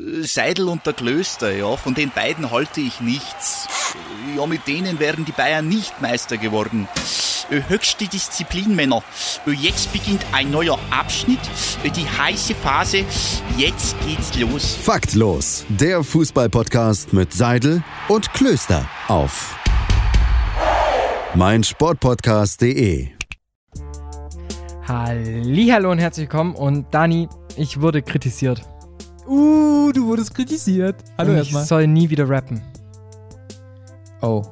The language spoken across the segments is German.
Seidel und der Klöster, ja, von den beiden halte ich nichts. Ja, mit denen wären die Bayern nicht Meister geworden. Höchste Disziplin, Männer. Jetzt beginnt ein neuer Abschnitt, die heiße Phase. Jetzt geht's los. Faktlos, der Fußball-Podcast mit Seidel und Klöster auf meinsportpodcast.de. Hallihallo und herzlich willkommen. Und Dani, ich wurde kritisiert. Du wurdest kritisiert. Hallo erstmal. Ich soll nie wieder rappen. Oh.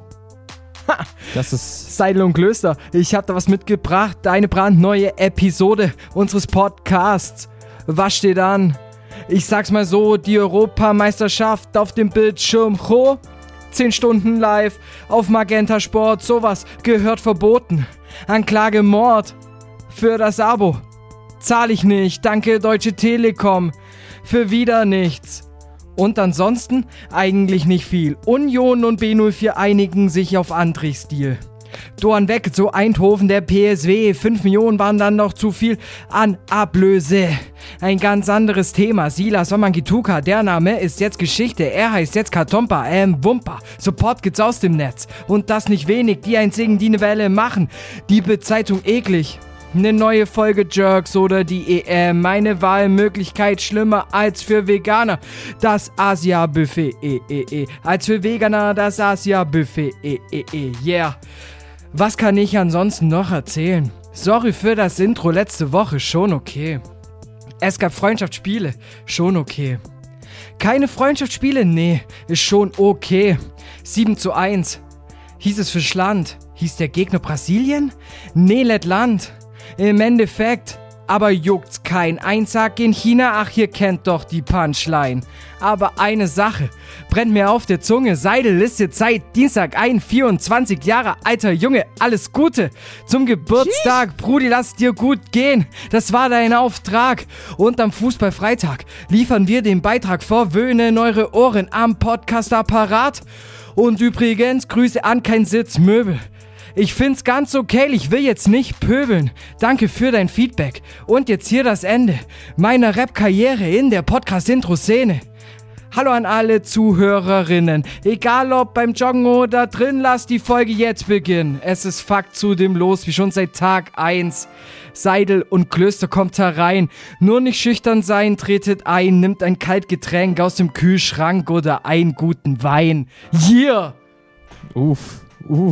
Das ist... Seidel und Klöster, ich hab da was mitgebracht. Eine brandneue Episode unseres Podcasts. Was steht an? Ich sag's mal so, die Europameisterschaft auf dem Bildschirm. 10 Stunden live auf Magenta Sport. Sowas gehört verboten. Anklage Mord. Für das Abo zahle ich nicht. Danke Deutsche Telekom. Für wieder nichts. Und ansonsten eigentlich nicht viel. Union und B04 einigen sich auf Andrich-Stil. Dorn weg zu Eindhoven, der PSW. 5 Millionen waren dann noch zu viel an Ablöse. Ein ganz anderes Thema. Silas Wamangituka, der Name ist jetzt Geschichte. Er heißt jetzt Katompa, Wumpa. Support gibt's aus dem Netz. Und das nicht wenig. Die einzigen, die eine Welle machen. Die Bild-Zeitung eklig. Eine neue Folge Jerks oder die EM. Meine Wahlmöglichkeit schlimmer als für Veganer. Das Asia-Buffet. Als für Veganer das Asia-Buffet. Yeah. Was kann ich ansonsten noch erzählen? Sorry für das Intro letzte Woche. Schon okay. Es gab Freundschaftsspiele. Schon okay. Keine Freundschaftsspiele? Nee. Ist schon okay. 7:1. Hieß es für Schland? Hieß der Gegner Brasilien? Nee, Lettland. Im Endeffekt, aber juckt's kein Einsack in China, ach, ihr kennt doch die Punchline. Aber eine Sache brennt mir auf der Zunge, Seidel ist jetzt seit Dienstag 24 Jahre alter Junge, alles Gute zum Geburtstag, Brudi, lass dir gut gehen, das war dein Auftrag. Und am Fußballfreitag liefern wir den Beitrag, verwöhnen eure Ohren am Podcast-Apparat. Und übrigens, Grüße an kein Sitzmöbel. Ich find's ganz okay, ich will jetzt nicht pöbeln. Danke für dein Feedback. Und jetzt hier das Ende meiner Rap-Karriere in der Podcast-Intro-Szene. Hallo an alle Zuhörerinnen. Egal ob beim Joggen oder drin, lasst die Folge jetzt beginnen. Es ist Fakt zu dem Los, wie schon seit Tag 1. Seidel und Klöster kommt herein. Nur nicht schüchtern sein, tretet ein, nimmt ein Kaltgetränk aus dem Kühlschrank oder einen guten Wein. Yeah! Uff.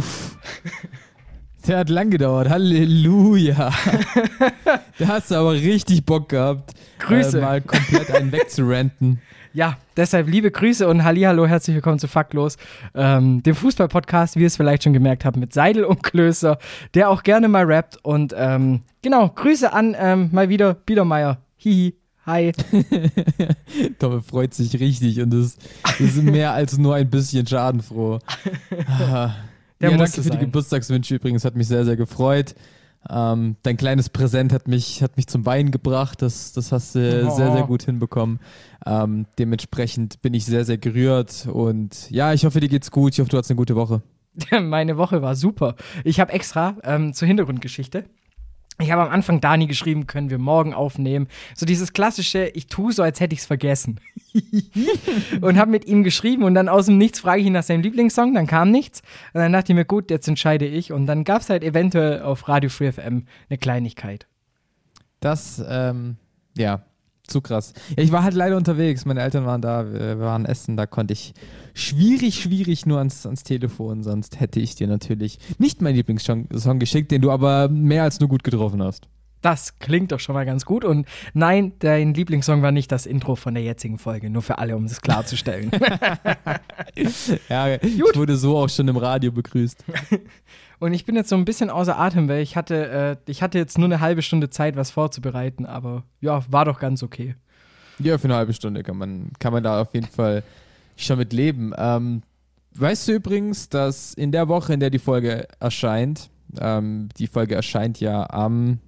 Der hat lang gedauert. Halleluja. Da hast du aber richtig Bock gehabt, Grüße. Mal komplett einen wegzuranten. Ja, deshalb liebe Grüße und Hallihallo, herzlich willkommen zu Faktlos, dem Fußball-Podcast, wie ihr es vielleicht schon gemerkt habt, mit Seidel und Klöster, der auch gerne mal rappt. Und genau, Grüße an mal wieder Biedermeier. Hihi. Hi. Tom freut sich richtig und das ist mehr als nur ein bisschen schadenfroh. Danke für die Geburtstagswünsche übrigens, hat mich sehr, sehr gefreut. Dein kleines Präsent hat mich zum Weinen gebracht, das hast du sehr, sehr gut hinbekommen. Dementsprechend bin ich sehr, sehr gerührt und ja, ich hoffe, dir geht's gut, ich hoffe, du hast eine gute Woche. Meine Woche war super. Ich habe extra zur Hintergrundgeschichte, ich habe am Anfang Dani geschrieben, können wir morgen aufnehmen. So dieses klassische, ich tue so, als hätte ich es vergessen. Und habe mit ihm geschrieben und dann aus dem Nichts frage ich ihn nach seinem Lieblingssong, dann kam nichts. Und dann dachte ich mir, gut, jetzt entscheide ich. Und dann gab es halt eventuell auf Radio Free FM eine Kleinigkeit. Das, ja, zu krass. Ja, ich war halt leider unterwegs, meine Eltern waren da, wir waren essen, da konnte ich schwierig nur ans Telefon, sonst hätte ich dir natürlich nicht meinen Lieblingssong geschickt, den du aber mehr als nur gut getroffen hast. Das klingt doch schon mal ganz gut und nein, dein Lieblingssong war nicht das Intro von der jetzigen Folge, nur für alle, um es klarzustellen. Ja, ich wurde so auch schon im Radio begrüßt. Und ich bin jetzt so ein bisschen außer Atem, weil ich hatte jetzt nur eine halbe Stunde Zeit, was vorzubereiten, aber ja, war doch ganz okay. Ja, für eine halbe Stunde kann man da auf jeden Fall schon mit leben. Weißt du übrigens, dass in der Woche, in der die Folge erscheint, die Folge erscheint ja am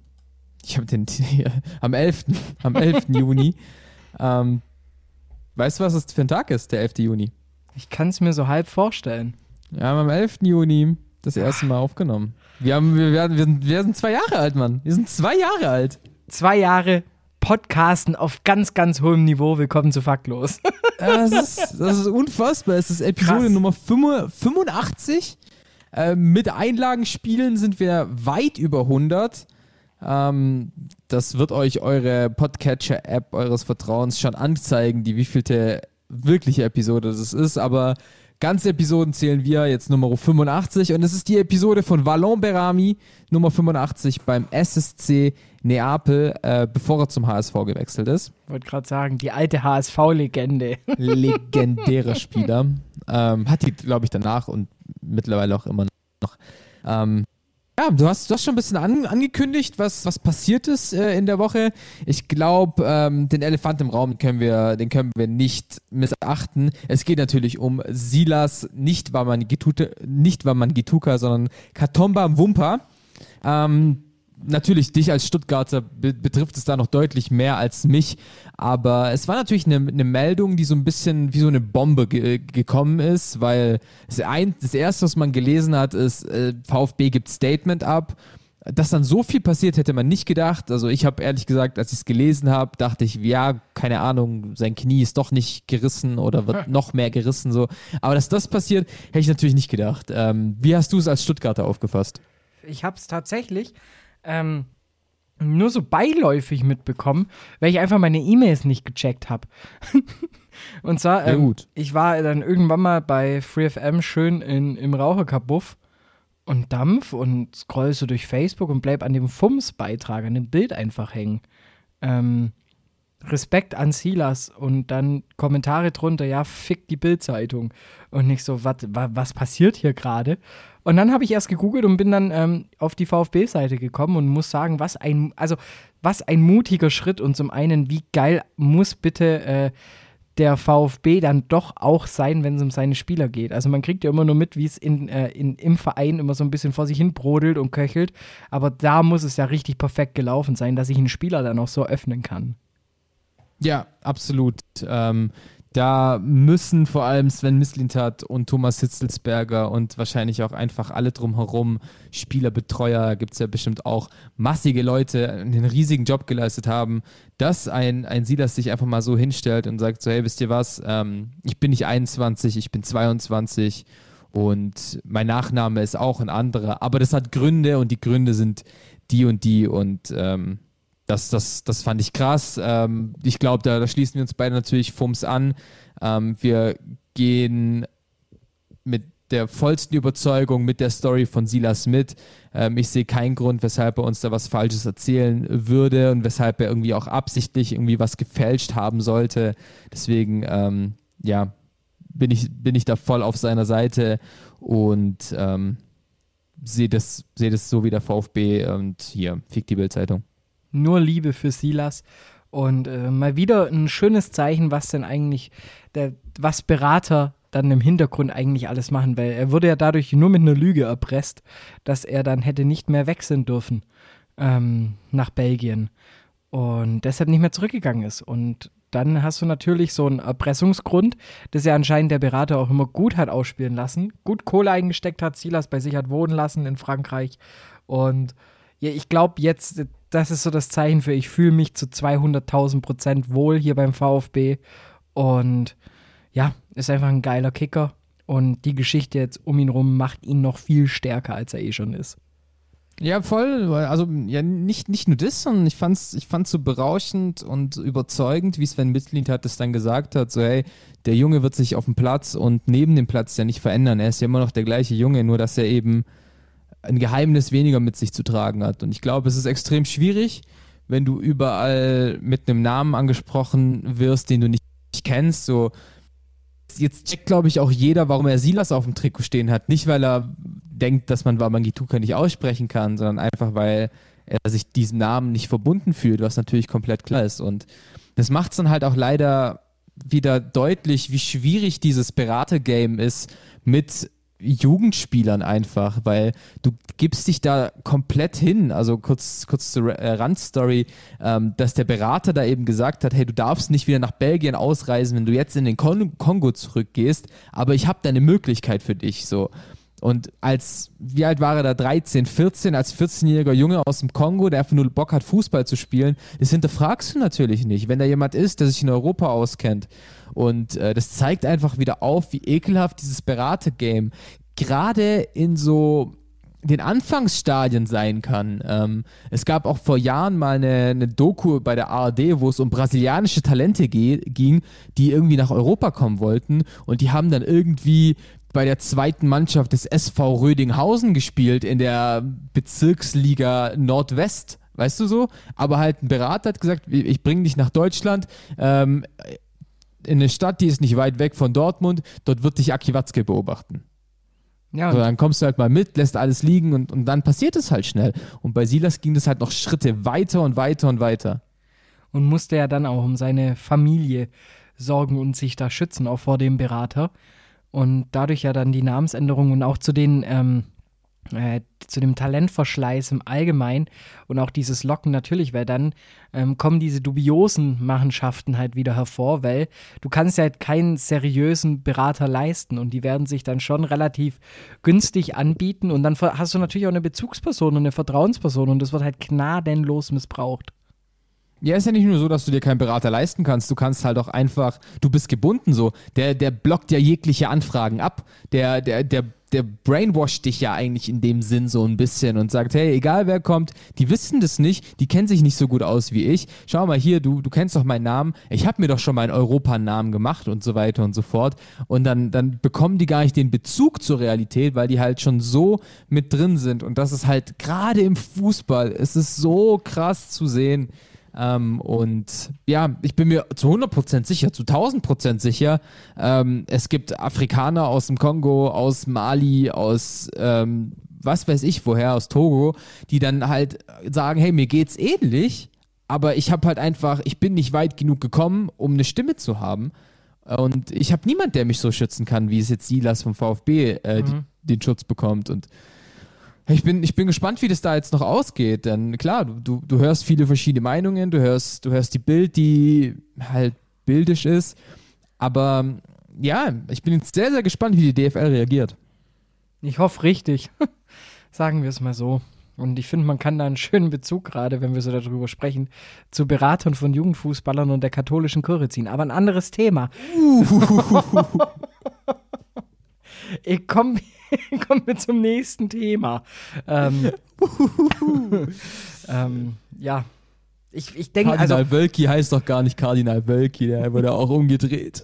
11. Juni. Weißt du, was das für ein Tag ist, der 11. Juni? Ich kann es mir so halb vorstellen. Wir haben am 11. Juni das erste Mal aufgenommen. Wir sind 2 Jahre alt, Mann. Wir sind 2 Jahre alt. 2 Jahre Podcasten auf ganz, ganz hohem Niveau. Willkommen zu Faktlos. Das ist unfassbar. Es ist Episode Nummer 85. Mit Einlagenspielen sind wir weit über 100. Das wird euch eure Podcatcher-App eures Vertrauens schon anzeigen, die wievielte wirkliche Episode das ist. Aber ganze Episoden zählen wir jetzt Nummer 85. Und es ist die Episode von Valon Behrami, Nummer 85 beim SSC Neapel, bevor er zum HSV gewechselt ist. Ich wollte gerade sagen, die alte HSV-Legende. Legendärer Spieler. Hat die, glaube ich, danach und mittlerweile auch immer noch. Ja, du hast schon ein bisschen angekündigt, was passiert ist in der Woche. Ich glaube, den Elefant im Raum können wir nicht missachten. Es geht natürlich um Silas, nicht Wamangituka, sondern Katomba Mvumpa. Natürlich, dich als Stuttgarter betrifft es da noch deutlich mehr als mich, aber es war natürlich eine Meldung, die so ein bisschen wie so eine Bombe gekommen ist, weil das Erste, was man gelesen hat, ist, VfB gibt Statement ab. Dass dann so viel passiert, hätte man nicht gedacht. Also ich habe ehrlich gesagt, als ich es gelesen habe, dachte ich, ja, keine Ahnung, sein Knie ist doch nicht gerissen oder wird noch mehr gerissen. So. Aber dass das passiert, hätte ich natürlich nicht gedacht. Wie hast du es als Stuttgarter aufgefasst? Ich habe es tatsächlich nur so beiläufig mitbekommen, weil ich einfach meine E-Mails nicht gecheckt habe. Und zwar, ich war dann irgendwann mal bei FreeFM schön im Raucherkabuff und Dampf und scroll so durch Facebook und bleib an dem FUMS-Beitrag, an dem Bild einfach hängen. Respekt an Silas und dann Kommentare drunter, ja, fick die Bild-Zeitung. Und nicht so, was passiert hier gerade? Und dann habe ich erst gegoogelt und bin dann auf die VfB-Seite gekommen und muss sagen, was ein mutiger Schritt und zum einen, wie geil muss bitte der VfB dann doch auch sein, wenn es um seine Spieler geht. Also man kriegt ja immer nur mit, wie es im Verein immer so ein bisschen vor sich hin brodelt und köchelt, aber da muss es ja richtig perfekt gelaufen sein, dass ich einen Spieler dann auch so öffnen kann. Ja, absolut. Da müssen vor allem Sven Mislintat und Thomas Hitzelsberger und wahrscheinlich auch einfach alle drumherum, Spieler, Betreuer, gibt es ja bestimmt auch massige Leute, einen riesigen Job geleistet haben, dass ein Silas sich einfach mal so hinstellt und sagt so, hey, wisst ihr was, ich bin nicht 21, ich bin 22 und mein Nachname ist auch ein anderer, aber das hat Gründe und die Gründe sind die und das fand ich krass. Ich glaube, da schließen wir uns beide natürlich FUMS an. Wir gehen mit der vollsten Überzeugung mit der Story von Silas mit. Ich sehe keinen Grund, weshalb er uns da was Falsches erzählen würde und weshalb er irgendwie auch absichtlich irgendwie was gefälscht haben sollte. Deswegen, bin ich da voll auf seiner Seite und sehe das so wie der VfB und hier, fick die Bild-Zeitung. Nur Liebe für Silas und mal wieder ein schönes Zeichen, was denn eigentlich, was Berater dann im Hintergrund eigentlich alles machen, weil er wurde ja dadurch nur mit einer Lüge erpresst, dass er dann hätte nicht mehr wechseln dürfen nach Belgien und deshalb nicht mehr zurückgegangen ist. Und dann hast du natürlich so einen Erpressungsgrund, das ja anscheinend der Berater auch immer gut hat ausspielen lassen, gut Kohle eingesteckt hat, Silas bei sich hat wohnen lassen in Frankreich und ja, ich glaube jetzt, das ist so das Zeichen für, ich fühle mich zu 200.000% wohl hier beim VfB und ja, ist einfach ein geiler Kicker und die Geschichte jetzt um ihn rum macht ihn noch viel stärker, als er schon ist. Ja, voll. Also ja, nicht nur das, sondern ich fand's so berauschend und überzeugend, wie Sven Mislintat das dann gesagt hat, so hey, der Junge wird sich auf dem Platz und neben dem Platz ja nicht verändern, er ist ja immer noch der gleiche Junge, nur dass er eben ein Geheimnis weniger mit sich zu tragen hat. Und ich glaube, es ist extrem schwierig, wenn du überall mit einem Namen angesprochen wirst, den du nicht kennst. So, jetzt checkt, glaube ich, auch jeder, warum er Silas auf dem Trikot stehen hat. Nicht, weil er denkt, dass man Wamangituka nicht aussprechen kann, sondern einfach, weil er sich diesem Namen nicht verbunden fühlt, was natürlich komplett klar ist. Und das macht es dann halt auch leider wieder deutlich, wie schwierig dieses Berater-Game ist mit Jugendspielern einfach, weil du gibst dich da komplett hin, also kurz zur Randstory, dass der Berater da eben gesagt hat, hey, du darfst nicht wieder nach Belgien ausreisen, wenn du jetzt in den Kongo zurückgehst, aber ich habe da eine Möglichkeit für dich, so. Und wie alt war er da? 13, 14, als 14-jähriger Junge aus dem Kongo, der einfach nur Bock hat, Fußball zu spielen, das hinterfragst du natürlich nicht, wenn da jemand ist, der sich in Europa auskennt. Und das zeigt einfach wieder auf, wie ekelhaft dieses Berater-Game gerade in so den Anfangsstadien sein kann. Es gab auch vor Jahren mal eine Doku bei der ARD, wo es um brasilianische Talente ging, die irgendwie nach Europa kommen wollten, und die haben dann irgendwie bei der zweiten Mannschaft des SV Rödinghausen gespielt in der Bezirksliga Nordwest, weißt du so? Aber halt ein Berater hat gesagt, ich bringe dich nach Deutschland, in eine Stadt, die ist nicht weit weg von Dortmund, dort wird dich Aki Watzke beobachten. Ja, so, dann kommst du halt mal mit, lässt alles liegen und dann passiert es halt schnell. Und bei Silas ging das halt noch Schritte weiter und weiter und weiter. Und musste ja dann auch um seine Familie sorgen und sich da schützen, auch vor dem Berater. Und dadurch ja dann die Namensänderung und auch zu dem Talentverschleiß im Allgemeinen und auch dieses Locken natürlich, weil dann kommen diese dubiosen Machenschaften halt wieder hervor, weil du kannst ja halt keinen seriösen Berater leisten und die werden sich dann schon relativ günstig anbieten und dann hast du natürlich auch eine Bezugsperson und eine Vertrauensperson und das wird halt gnadenlos missbraucht. Ja, ist ja nicht nur so, dass du dir keinen Berater leisten kannst, du kannst halt auch einfach, du bist gebunden so, der blockt ja jegliche Anfragen ab, der brainwasht dich ja eigentlich in dem Sinn so ein bisschen und sagt, hey, egal wer kommt, die wissen das nicht, die kennen sich nicht so gut aus wie ich, schau mal hier, du kennst doch meinen Namen, ich habe mir doch schon meinen Europanamen gemacht und so weiter und so fort und dann bekommen die gar nicht den Bezug zur Realität, weil die halt schon so mit drin sind und das ist halt gerade im Fußball, es ist so krass zu sehen. Und ja, ich bin mir zu 100% sicher, zu 1000% sicher, es gibt Afrikaner aus dem Kongo, aus Mali, aus was weiß ich woher, aus Togo, die dann halt sagen, hey, mir geht's ähnlich, aber ich habe halt einfach, ich bin nicht weit genug gekommen, um eine Stimme zu haben und ich habe niemand, der mich so schützen kann, wie es jetzt Silas vom VfB den Schutz bekommt und ich bin gespannt, wie das da jetzt noch ausgeht, denn klar, du hörst viele verschiedene Meinungen, du hörst die Bild, die halt bildisch ist, aber ja, ich bin jetzt sehr, sehr gespannt, wie die DFL reagiert. Ich hoffe richtig, sagen wir es mal so. Und ich finde, man kann da einen schönen Bezug, gerade wenn wir so darüber sprechen, zu Beratern von Jugendfußballern und der katholischen Kirche ziehen. Aber ein anderes Thema. Kommen wir zum nächsten Thema. Ja, ich denke, Kardinal Wölki heißt doch gar nicht Kardinal Wölki, der wurde auch umgedreht.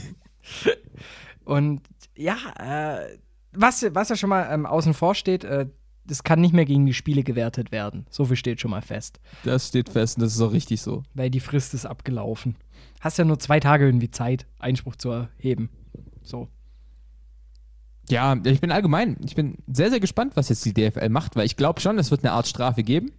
Und ja, was ja schon mal außen vor steht, das kann nicht mehr gegen die Spiele gewertet werden. So viel steht schon mal fest. Das steht fest und das ist auch richtig so. Weil die Frist ist abgelaufen. Hast ja nur 2 Tage irgendwie Zeit, Einspruch zu erheben. So. Ja, ich bin sehr, sehr gespannt, was jetzt die DFL macht, weil ich glaube schon, es wird eine Art Strafe geben.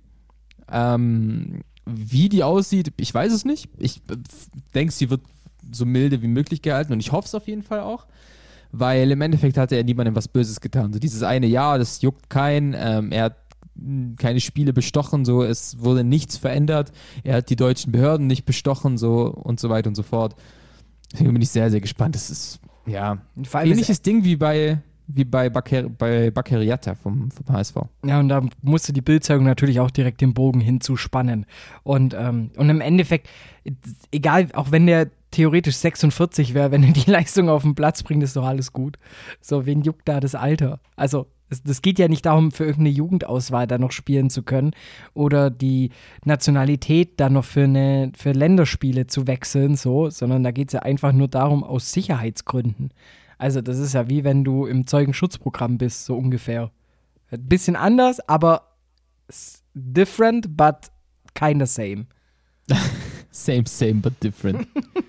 Wie die aussieht, ich weiß es nicht. Ich denke, sie wird so milde wie möglich gehalten und ich hoffe es auf jeden Fall auch, weil im Endeffekt hat er niemandem was Böses getan. So dieses eine Jahr, das juckt keinen. Er hat keine Spiele bestochen, so, es wurde nichts verändert. Er hat die deutschen Behörden nicht bestochen, so und so weiter und so fort. Deswegen bin ich sehr, sehr gespannt. Das ist ja, ähnliches Ding wie bei Bakeriata vom HSV. Ja, und da musste die Bildzeitung natürlich auch direkt den Bogen hinzuspannen. Und im Endeffekt, egal, auch wenn der theoretisch 46 wäre, wenn er die Leistung auf den Platz bringt, ist doch alles gut. So, wen juckt da das Alter? Also, das geht ja nicht darum, für irgendeine Jugendauswahl da noch spielen zu können oder die Nationalität dann noch für Länderspiele zu wechseln, so, sondern da geht es ja einfach nur darum, aus Sicherheitsgründen. Also das ist ja wie wenn du im Zeugenschutzprogramm bist, so ungefähr. Ein bisschen anders, aber different, but kinda same. Same, but different.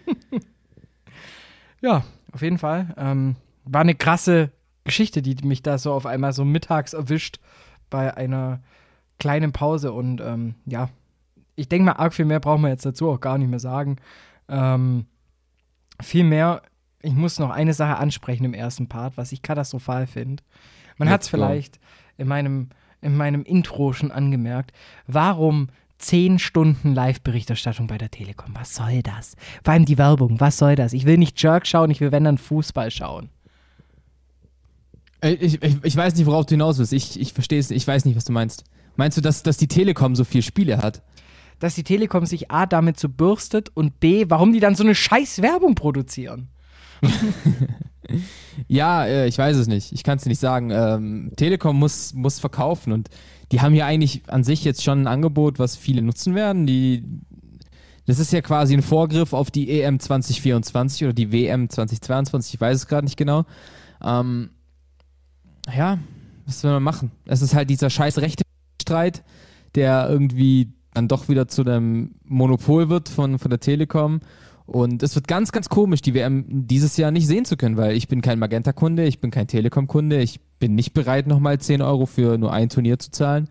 Ja, auf jeden Fall. War eine krasse Geschichte, die mich da so auf einmal so mittags erwischt bei einer kleinen Pause und ja, ich denke mal, arg viel mehr brauchen wir jetzt dazu auch gar nicht mehr sagen. Viel mehr, ich muss noch eine Sache ansprechen im ersten Part, was ich katastrophal finde. Man hat es vielleicht in meinem Intro schon angemerkt. Warum 10 Stunden Live-Berichterstattung bei der Telekom? Was soll das? Vor allem die Werbung, was soll das? Ich will nicht Jerk schauen, ich will wenn dann Fußball schauen. Ich weiß nicht, worauf du hinaus willst. Ich verstehe es. Ich weiß nicht, was du meinst. Meinst du, dass die Telekom so viele Spiele hat? Dass die Telekom sich A, damit so bürstet und B, warum die dann so eine scheiß Werbung produzieren? Ja, ich weiß es nicht. Ich kann es dir nicht sagen. Telekom muss verkaufen und die haben ja eigentlich an sich jetzt schon ein Angebot, was viele nutzen werden. Das ist ja quasi ein Vorgriff auf die EM 2024 oder die WM 2022. Ich weiß es gerade nicht genau. Ja, was will man machen? Es ist halt dieser scheiß Rechtestreit, der irgendwie dann doch wieder zu einem Monopol wird von der Telekom. Und es wird ganz, ganz komisch, die WM dieses Jahr nicht sehen zu können, weil ich bin kein Magenta-Kunde, ich bin kein Telekom-Kunde, ich bin nicht bereit, nochmal 10 Euro für nur ein Turnier zu zahlen.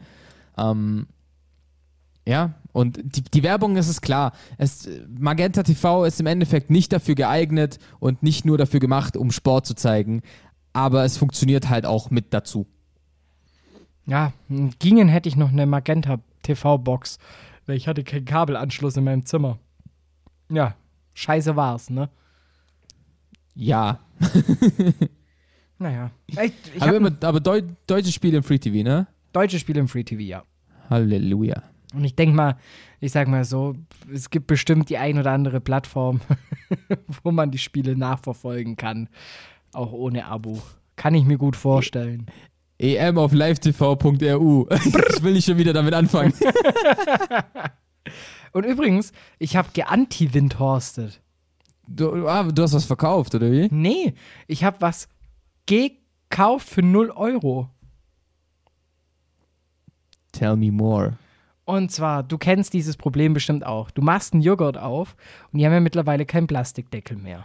Ja, und die Werbung, das ist klar. Magenta TV ist im Endeffekt nicht dafür geeignet und nicht nur dafür gemacht, um Sport zu zeigen, aber es funktioniert halt auch mit dazu. Ja, gingen hätte ich noch eine Magenta TV-Box, weil ich hatte keinen Kabelanschluss in meinem Zimmer. Ja, scheiße war's, ne? Ja. Naja. Aber deutsche Spiele im Free TV, ne? Deutsche Spiele im Free TV, ja. Halleluja. Und ich denke mal, ich sag mal so, es gibt bestimmt die ein oder andere Plattform, wo man die Spiele nachverfolgen kann. Auch ohne Abo. Kann ich mir gut vorstellen. EM auf livetv.ru. Ich will nicht schon wieder damit anfangen. Und übrigens, ich habe geanti-windhorstet. Du hast was verkauft, oder wie? Nee, ich habe was gekauft für 0 Euro. Tell me more. Und zwar, du kennst dieses Problem bestimmt auch. Du machst einen Joghurt auf und die haben ja mittlerweile keinen Plastikdeckel mehr.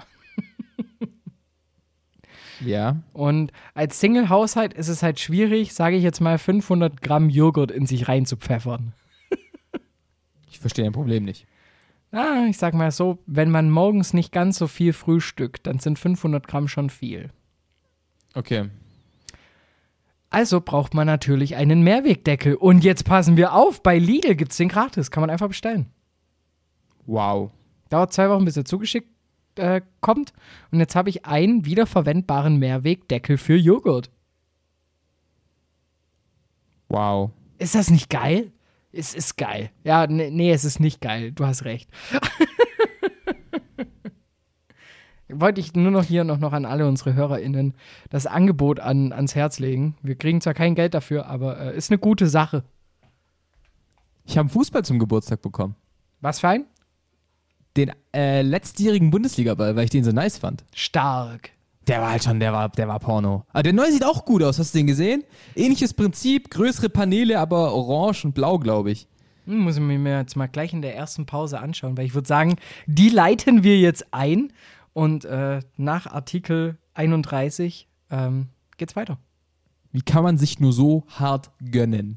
Ja. Und als Single-Haushalt ist es halt schwierig, sage ich jetzt mal, 500 Gramm Joghurt in sich reinzupfeffern. Ich verstehe dein Problem nicht. Ich sag mal so, wenn man morgens nicht ganz so viel frühstückt, dann sind 500 Gramm schon viel. Okay. Also braucht man natürlich einen Mehrwegdeckel. Und jetzt passen wir auf, bei Lidl gibt es den gratis. Kann man einfach bestellen. Wow. Dauert 2 Wochen, bis er zugeschickt kommt. Und jetzt habe ich einen wiederverwendbaren Mehrwegdeckel für Joghurt. Wow. Ist das nicht geil? Es ist geil. Ja, nee, es ist nicht geil. Du hast recht. Wollte ich nur noch hier noch an alle unsere HörerInnen das Angebot ans Herz legen. Wir kriegen zwar kein Geld dafür, aber ist eine gute Sache. Ich habe einen Fußball zum Geburtstag bekommen. Was für ein? Den letztjährigen Bundesliga-Ball, weil ich den so nice fand. Stark. Der war halt schon, der war Porno. Aber der neue sieht auch gut aus, hast du den gesehen? Ähnliches Prinzip, größere Paneele, aber orange und blau, glaube ich. Muss ich mir jetzt mal gleich in der ersten Pause anschauen, weil ich würde sagen, die leiten wir jetzt ein und nach Artikel 31 geht's weiter. Wie kann man sich nur so hart gönnen?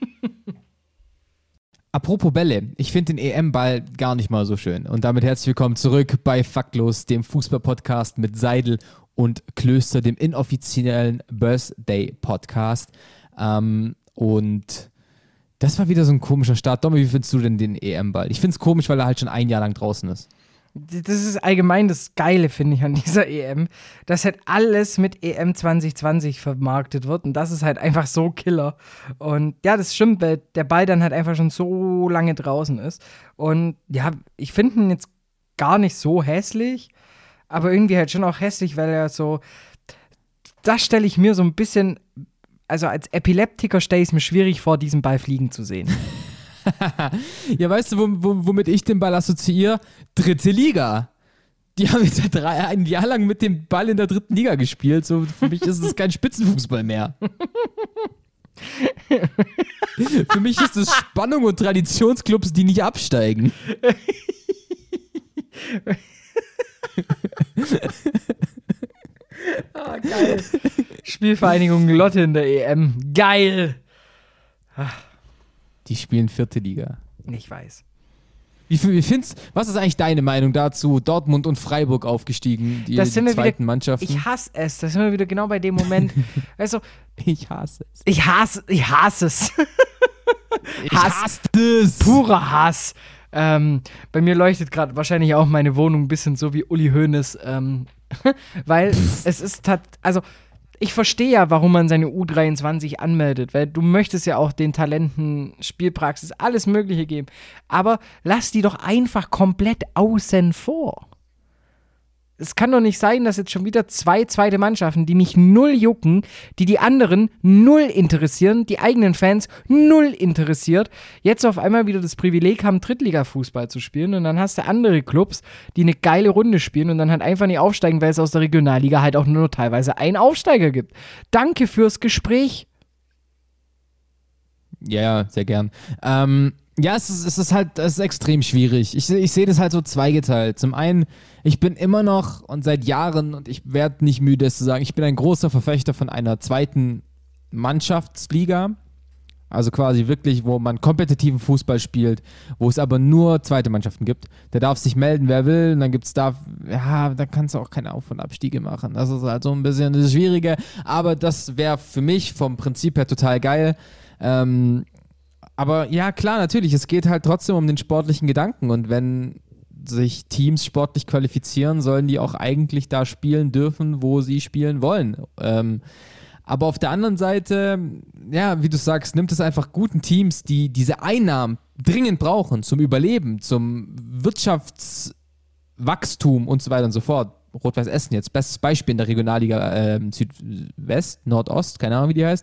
Apropos Bälle, ich finde den EM-Ball gar nicht mal so schön. Und damit herzlich willkommen zurück bei Faktlos, dem Fußball-Podcast mit Seidel und Klöster, dem inoffiziellen Birthday-Podcast. Und das war wieder so ein komischer Start. Domi, wie findest du denn den EM-Ball? Ich finde es komisch, weil er halt schon ein Jahr lang draußen ist. Das ist allgemein das Geile, finde ich, an dieser EM, dass halt alles mit EM 2020 vermarktet wird und das ist halt einfach so Killer. Und ja, das stimmt, weil der Ball dann halt einfach schon so lange draußen ist. Und ja, ich finde ihn jetzt gar nicht so hässlich, aber irgendwie halt schon auch hässlich, weil er so, das stelle ich mir so ein bisschen, also als Epileptiker stelle ich es mir schwierig vor, diesen Ball fliegen zu sehen. Ja, weißt du, womit ich den Ball assoziiere? Dritte Liga. Die haben jetzt ein Jahr lang mit dem Ball in der dritten Liga gespielt. So, für mich ist es kein Spitzenfußball mehr. Für mich ist es Spannung und Traditionsclubs, die nicht absteigen. Geil. Spielvereinigung Lotte in der EM. Geil. Die spielen vierte Liga. Ich weiß. Was ist eigentlich deine Meinung dazu? Dortmund und Freiburg aufgestiegen, die zweiten Mannschaften. Ich hasse es. Da sind wir wieder genau bei dem Moment. Also, ich hasse es. Ich hasse es. Ich hasse es. Purer Hass. Bei mir leuchtet gerade wahrscheinlich auch meine Wohnung ein bisschen so wie Uli Hoeneß. Weil es ist also ich verstehe ja, warum man seine U23 anmeldet, weil du möchtest ja auch den Talenten Spielpraxis, alles Mögliche geben. Aber lass die doch einfach komplett außen vor. Es kann doch nicht sein, dass jetzt schon wieder 2 zweite Mannschaften, die mich null jucken, die anderen null interessieren, die eigenen Fans null interessiert, jetzt auf einmal wieder das Privileg haben, Drittliga-Fußball zu spielen und dann hast du andere Clubs, die eine geile Runde spielen und dann halt einfach nicht aufsteigen, weil es aus der Regionalliga halt auch nur teilweise einen Aufsteiger gibt. Danke fürs Gespräch. Ja, sehr gern. Ja, es ist extrem schwierig. Ich sehe das halt so zweigeteilt. Zum einen, ich bin immer noch und seit Jahren, und ich werde nicht müde, es zu sagen, ich bin ein großer Verfechter von einer zweiten Mannschaftsliga. Also quasi wirklich, wo man kompetitiven Fußball spielt, wo es aber nur zweite Mannschaften gibt. Der darf sich melden, wer will, und dann da kannst du auch keine Auf- und Abstiege machen. Das ist halt so ein bisschen das Schwierige, aber das wäre für mich vom Prinzip her total geil. Aber ja, klar, natürlich, es geht halt trotzdem um den sportlichen Gedanken und wenn sich Teams sportlich qualifizieren, sollen die auch eigentlich da spielen dürfen, wo sie spielen wollen. Aber auf der anderen Seite, ja, wie du sagst, nimmt es einfach guten Teams, die diese Einnahmen dringend brauchen zum Überleben, zum Wirtschaftswachstum und so weiter und so fort. Rot-Weiß Essen jetzt, bestes Beispiel in der Regionalliga Südwest, Nordost, keine Ahnung, wie die heißt.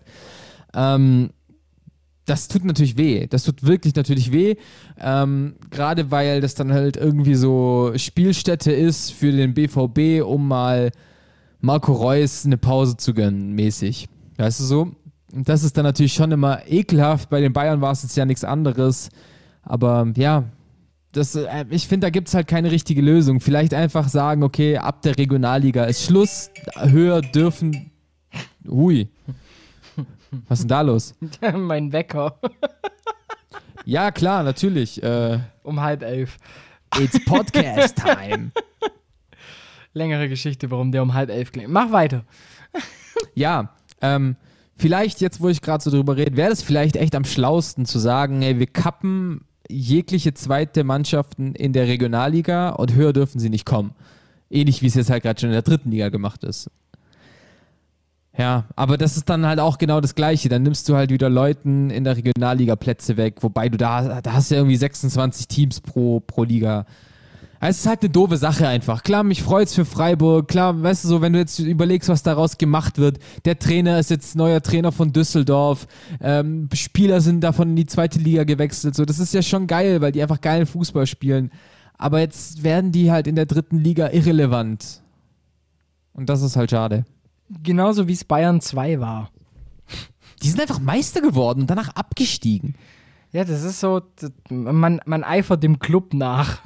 Das tut natürlich weh. Das tut wirklich natürlich weh. Gerade weil das dann halt irgendwie so Spielstätte ist für den BVB, um mal Marco Reus eine Pause zu gönnen, mäßig. Weißt du so? Und das ist dann natürlich schon immer ekelhaft. Bei den Bayern war es jetzt ja nichts anderes. Aber ja, ich finde, da gibt es halt keine richtige Lösung. Vielleicht einfach sagen, okay, ab der Regionalliga ist Schluss. Höher dürfen... Hui. Was ist denn da los? Mein Wecker. Ja, klar, natürlich. Um 10:30. It's Podcast Time. Längere Geschichte, warum der um 10:30 klingt. Mach weiter. Ja, vielleicht jetzt, wo ich gerade so drüber rede, wäre das vielleicht echt am schlausten zu sagen, hey, wir kappen jegliche zweite Mannschaften in der Regionalliga und höher dürfen sie nicht kommen. Ähnlich wie es jetzt halt gerade schon in der dritten Liga gemacht ist. Ja, aber das ist dann halt auch genau das Gleiche. Dann nimmst du halt wieder Leuten in der Regionalliga Plätze weg, wobei du da hast ja irgendwie 26 Teams pro Liga. Es ist halt eine doofe Sache einfach. Klar, mich freut's für Freiburg. Klar, weißt du so, wenn du jetzt überlegst, was daraus gemacht wird. Der Trainer ist jetzt neuer Trainer von Düsseldorf. Spieler sind davon in die zweite Liga gewechselt. So, das ist ja schon geil, weil die einfach geilen Fußball spielen. Aber jetzt werden die halt in der dritten Liga irrelevant. Und das ist halt schade. Genauso wie es Bayern 2 war. Die sind einfach Meister geworden und danach abgestiegen. Ja, das ist so, man eifert dem Club nach.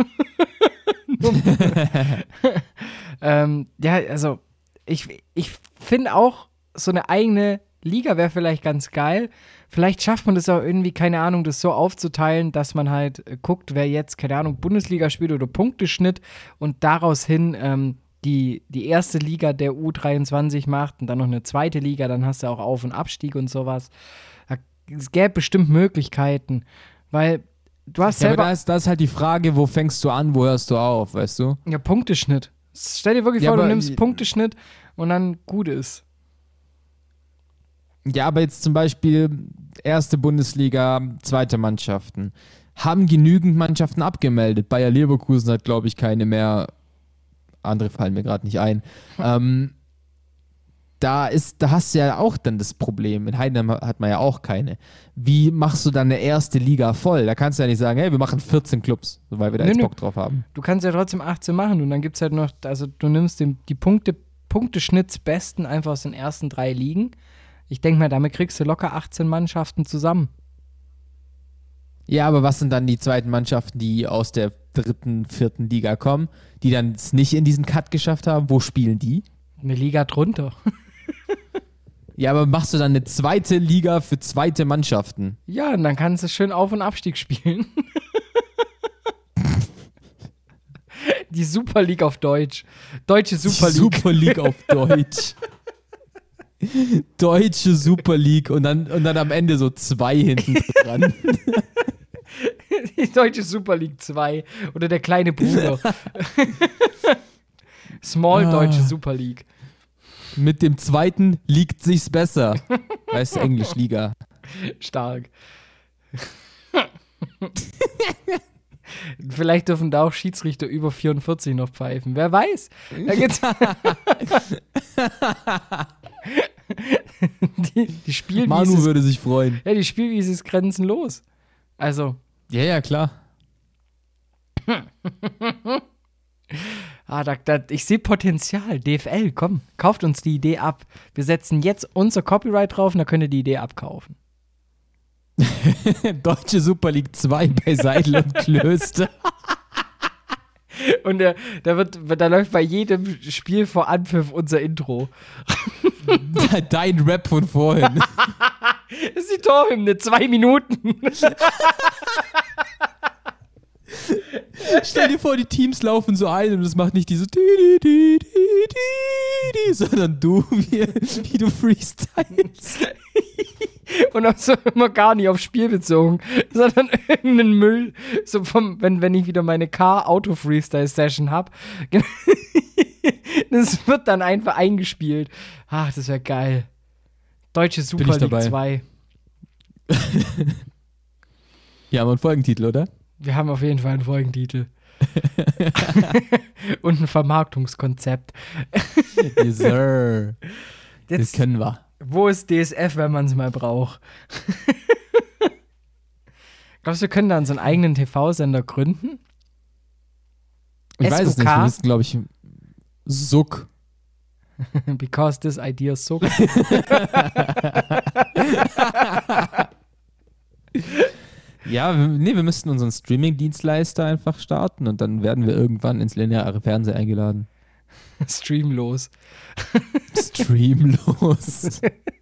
Ja, also ich finde auch, so eine eigene Liga wäre vielleicht ganz geil. Vielleicht schafft man das auch irgendwie, keine Ahnung, das so aufzuteilen, dass man halt guckt, wer jetzt, keine Ahnung, Bundesliga spielt oder Punkteschnitt und daraus hin die erste Liga der U23 macht und dann noch eine zweite Liga, dann hast du auch Auf- und Abstieg und sowas. Es gäbe bestimmt Möglichkeiten, weil du hast selber... Aber da ist halt die Frage, wo fängst du an, wo hörst du auf, weißt du? Ja, Punkteschnitt. Stell dir wirklich vor, du nimmst Punkteschnitt und dann gut ist. Ja, aber jetzt zum Beispiel erste Bundesliga, zweite Mannschaften. Haben genügend Mannschaften abgemeldet. Bayer Leverkusen hat, glaube ich, keine mehr. Andere fallen mir gerade nicht ein. Da hast du ja auch dann das Problem. In Heidenheim hat man ja auch keine. Wie machst du dann eine erste Liga voll? Da kannst du ja nicht sagen, hey, wir machen 14 Clubs, weil wir da jetzt Bock drauf haben. Du kannst ja trotzdem 18 machen und dann gibt es halt noch, also du nimmst die Punkteschnittsbesten einfach aus den ersten 3 Ligen. Ich denke mal, damit kriegst du locker 18 Mannschaften zusammen. Ja, aber was sind dann die zweiten Mannschaften, die aus der dritten, vierten Liga kommen, die dann es nicht in diesen Cut geschafft haben? Wo spielen die? Eine Liga drunter. Ja, aber machst du dann eine zweite Liga für zweite Mannschaften? Ja, und dann kannst du schön Auf- und Abstieg spielen. Die Super League auf Deutsch. Deutsche Super League. Super League auf Deutsch. Deutsche Super League und dann am Ende so 2 hinten dran. Die Deutsche Super League 2 oder der kleine Bruder. Small Deutsche Super League. Mit dem zweiten liegt sich's besser. Weißt du, Englisch-Liga. Stark. Vielleicht dürfen da auch Schiedsrichter über 44 noch pfeifen. Wer weiß. Da gibt's die Spielwiese. Manu würde sich freuen. Ja, die Spielwiese ist grenzenlos. Also. Ja, klar. Ich sehe Potenzial. DFL, komm, kauft uns die Idee ab. Wir setzen jetzt unser Copyright drauf und dann könnt ihr die Idee abkaufen. Deutsche Super League 2 bei Seidel und Klöster. Und da läuft bei jedem Spiel vor Anpfiff unser Intro. Dein Rap von vorhin. Das ist die Torhymne, 2 Minuten. Stell dir vor, die Teams laufen so ein und es macht nicht diese sondern du, wie du freestylst. Und auch so immer gar nicht auf Spiel bezogen, sondern irgendeinen Müll. So wenn ich wieder meine Car-Auto-Freestyle-Session habe. Das wird dann einfach eingespielt. Ach, das wäre geil. Deutsche Super League 2. Ja, haben wir einen Folgentitel, oder? Wir haben auf jeden Fall einen Folgentitel. Und ein Vermarktungskonzept. Yes, sir. Das können wir. Wo ist DSF, wenn man es mal braucht? Glaubst du, wir können da so einen eigenen TV-Sender gründen? Ich weiß es nicht. Wir müssen, glaube ich, Suck. Because this idea suck. Ja, wir müssten unseren Streaming-Dienstleister einfach starten und dann werden wir irgendwann ins lineare Fernsehen eingeladen. Streamlos. Streamlos.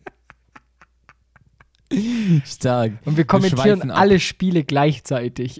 Stark. Und wir kommentieren alle Spiele gleichzeitig.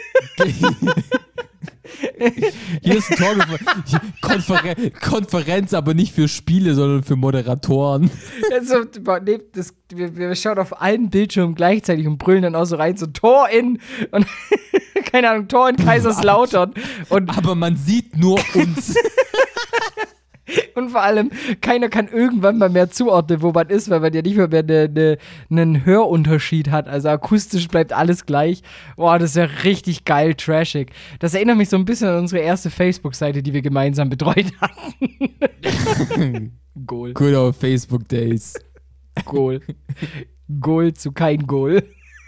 Hier ist ein Konferenz, aber nicht für Spiele, sondern für Moderatoren. Also, wir schauen auf allen Bildschirmen gleichzeitig und brüllen dann auch so rein, so Tor in und keine Ahnung, Tor in Kaiserslautern. Aber man sieht nur uns. Und vor allem, keiner kann irgendwann mal mehr zuordnen, wo man ist, weil man ja nicht mehr einen Hörunterschied hat. Also akustisch bleibt alles gleich. Boah, das ist ja richtig geil, trashig. Das erinnert mich so ein bisschen an unsere erste Facebook-Seite, die wir gemeinsam betreut hatten. Goal. Good old Facebook Days. Goal. Goal zu kein Goal.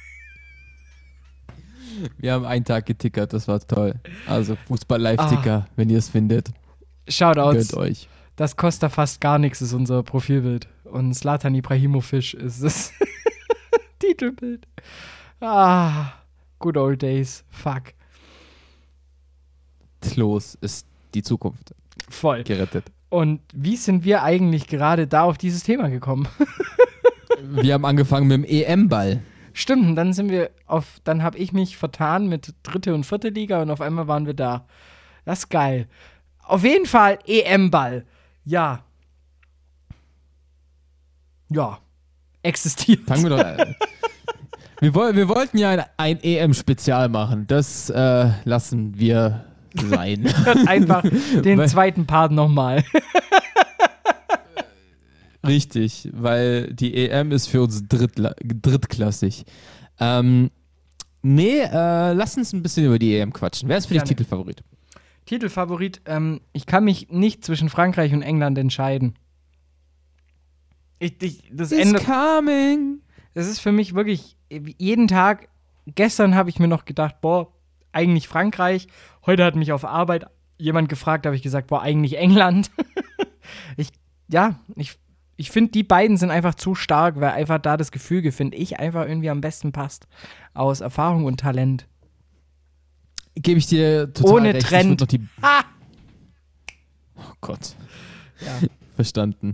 Wir haben einen Tag getickert, das war toll. Also Fußball-Live-Ticker, wenn ihr es findet. Shoutouts. Gönnt euch. Das kostet fast gar nichts, ist unser Profilbild. Und Zlatan Ibrahimovic ist das Titelbild. Good old days. Fuck. Klos ist die Zukunft. Voll. Gerettet. Und wie sind wir eigentlich gerade da auf dieses Thema gekommen? Wir haben angefangen mit dem EM-Ball. Stimmt, dann habe ich mich vertan mit 3. und 4. Liga und auf einmal waren wir da. Das ist geil. Auf jeden Fall EM-Ball. Ja. Ja. Existiert. Fangen wir doch wir wollten ja ein EM-Spezial machen. Das lassen wir sein. Einfach den zweiten Part nochmal. Richtig, weil die EM ist für uns drittklassig. Lass uns ein bisschen über die EM quatschen. Wer ist für dich Titelfavorit? Titelfavorit, ich kann mich nicht zwischen Frankreich und England entscheiden. Das ist für mich wirklich jeden Tag. Gestern habe ich mir noch gedacht, eigentlich Frankreich. Heute hat mich auf Arbeit jemand gefragt, habe ich gesagt, eigentlich England. Ich finde, die beiden sind einfach zu stark, weil einfach da das Gefüge, finde ich, einfach irgendwie am besten passt. Aus Erfahrung und Talent. Gebe ich dir total ohne recht. Trend. Oh Gott. Ja. Verstanden.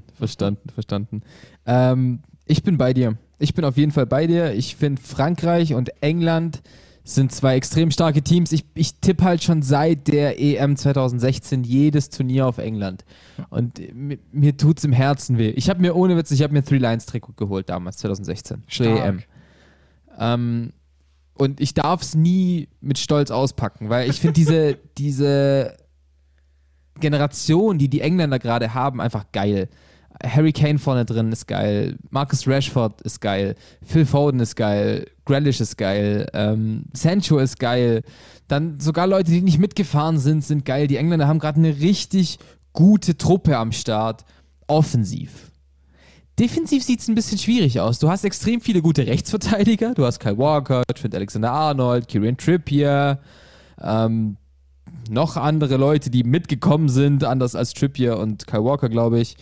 Ich bin bei dir. Ich bin auf jeden Fall bei dir. Ich finde, Frankreich und England sind zwei extrem starke Teams. Ich tippe halt schon seit der EM 2016 jedes Turnier auf England. Und mir tut's im Herzen weh. Ich habe mir Three Lions Trikot geholt damals, 2016. Zur EM. Und ich darf es nie mit Stolz auspacken, weil ich finde diese Generation, die Engländer gerade haben, einfach geil. Harry Kane vorne drin ist geil. Marcus Rashford ist geil. Phil Foden ist geil. Grealish ist geil. Sancho ist geil. Dann sogar Leute, die nicht mitgefahren sind geil. Die Engländer haben gerade eine richtig gute Truppe am Start. Offensiv. Defensiv sieht es ein bisschen schwierig aus. Du hast extrem viele gute Rechtsverteidiger. Du hast Kyle Walker, Trent Alexander-Arnold, Kieran Trippier, noch andere Leute, die mitgekommen sind, anders als Trippier und Kyle Walker, glaube ich.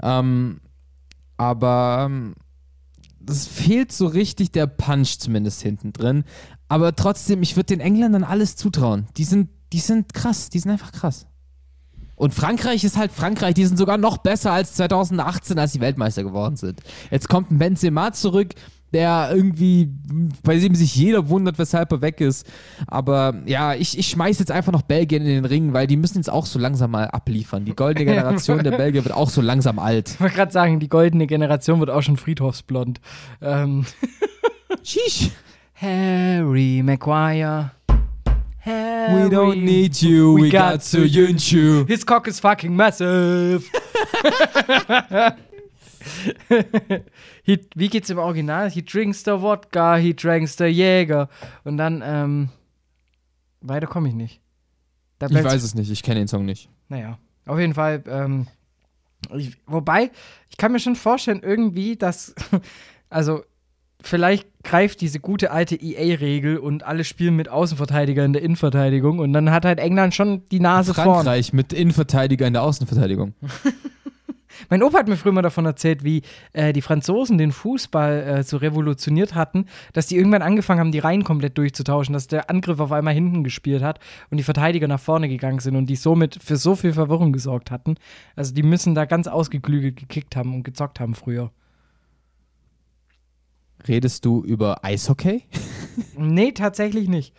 Aber es fehlt so richtig der Punch zumindest hinten drin. Aber trotzdem, ich würde den Engländern alles zutrauen. Die sind krass, die sind einfach krass. Und Frankreich ist halt Frankreich, die sind sogar noch besser als 2018, als die Weltmeister geworden sind. Jetzt kommt ein Benzema zurück, der irgendwie, bei dem sich jeder wundert, weshalb er weg ist. Aber ja, ich schmeiß jetzt einfach noch Belgien in den Ring, weil die müssen jetzt auch so langsam mal abliefern. Die goldene Generation der Belgier wird auch so langsam alt. Ich wollte gerade sagen, die goldene Generation wird auch schon friedhofsblond. Sheesh. Harry Maguire. We don't need you, we got Soyuncu. His cock is fucking massive. Wie geht's im Original? He drinks the vodka, he drinks the Jäger. Und dann, weiter komme ich nicht. Ich weiß es nicht, ich kenne den Song nicht. Naja, auf jeden Fall, wobei, ich kann mir schon vorstellen, irgendwie, dass, also, vielleicht greift diese gute alte EA-Regel und alle spielen mit Außenverteidiger in der Innenverteidigung und dann hat halt England schon die Nase vorn. Frankreich mit Innenverteidiger in der Außenverteidigung. Mein Opa hat mir früher mal davon erzählt, wie die Franzosen den Fußball so revolutioniert hatten, dass die irgendwann angefangen haben, die Reihen komplett durchzutauschen, dass der Angriff auf einmal hinten gespielt hat und die Verteidiger nach vorne gegangen sind und die somit für so viel Verwirrung gesorgt hatten. Also die müssen da ganz ausgeklügelt gekickt haben und gezockt haben früher. Redest du über Eishockey? Nee, tatsächlich nicht.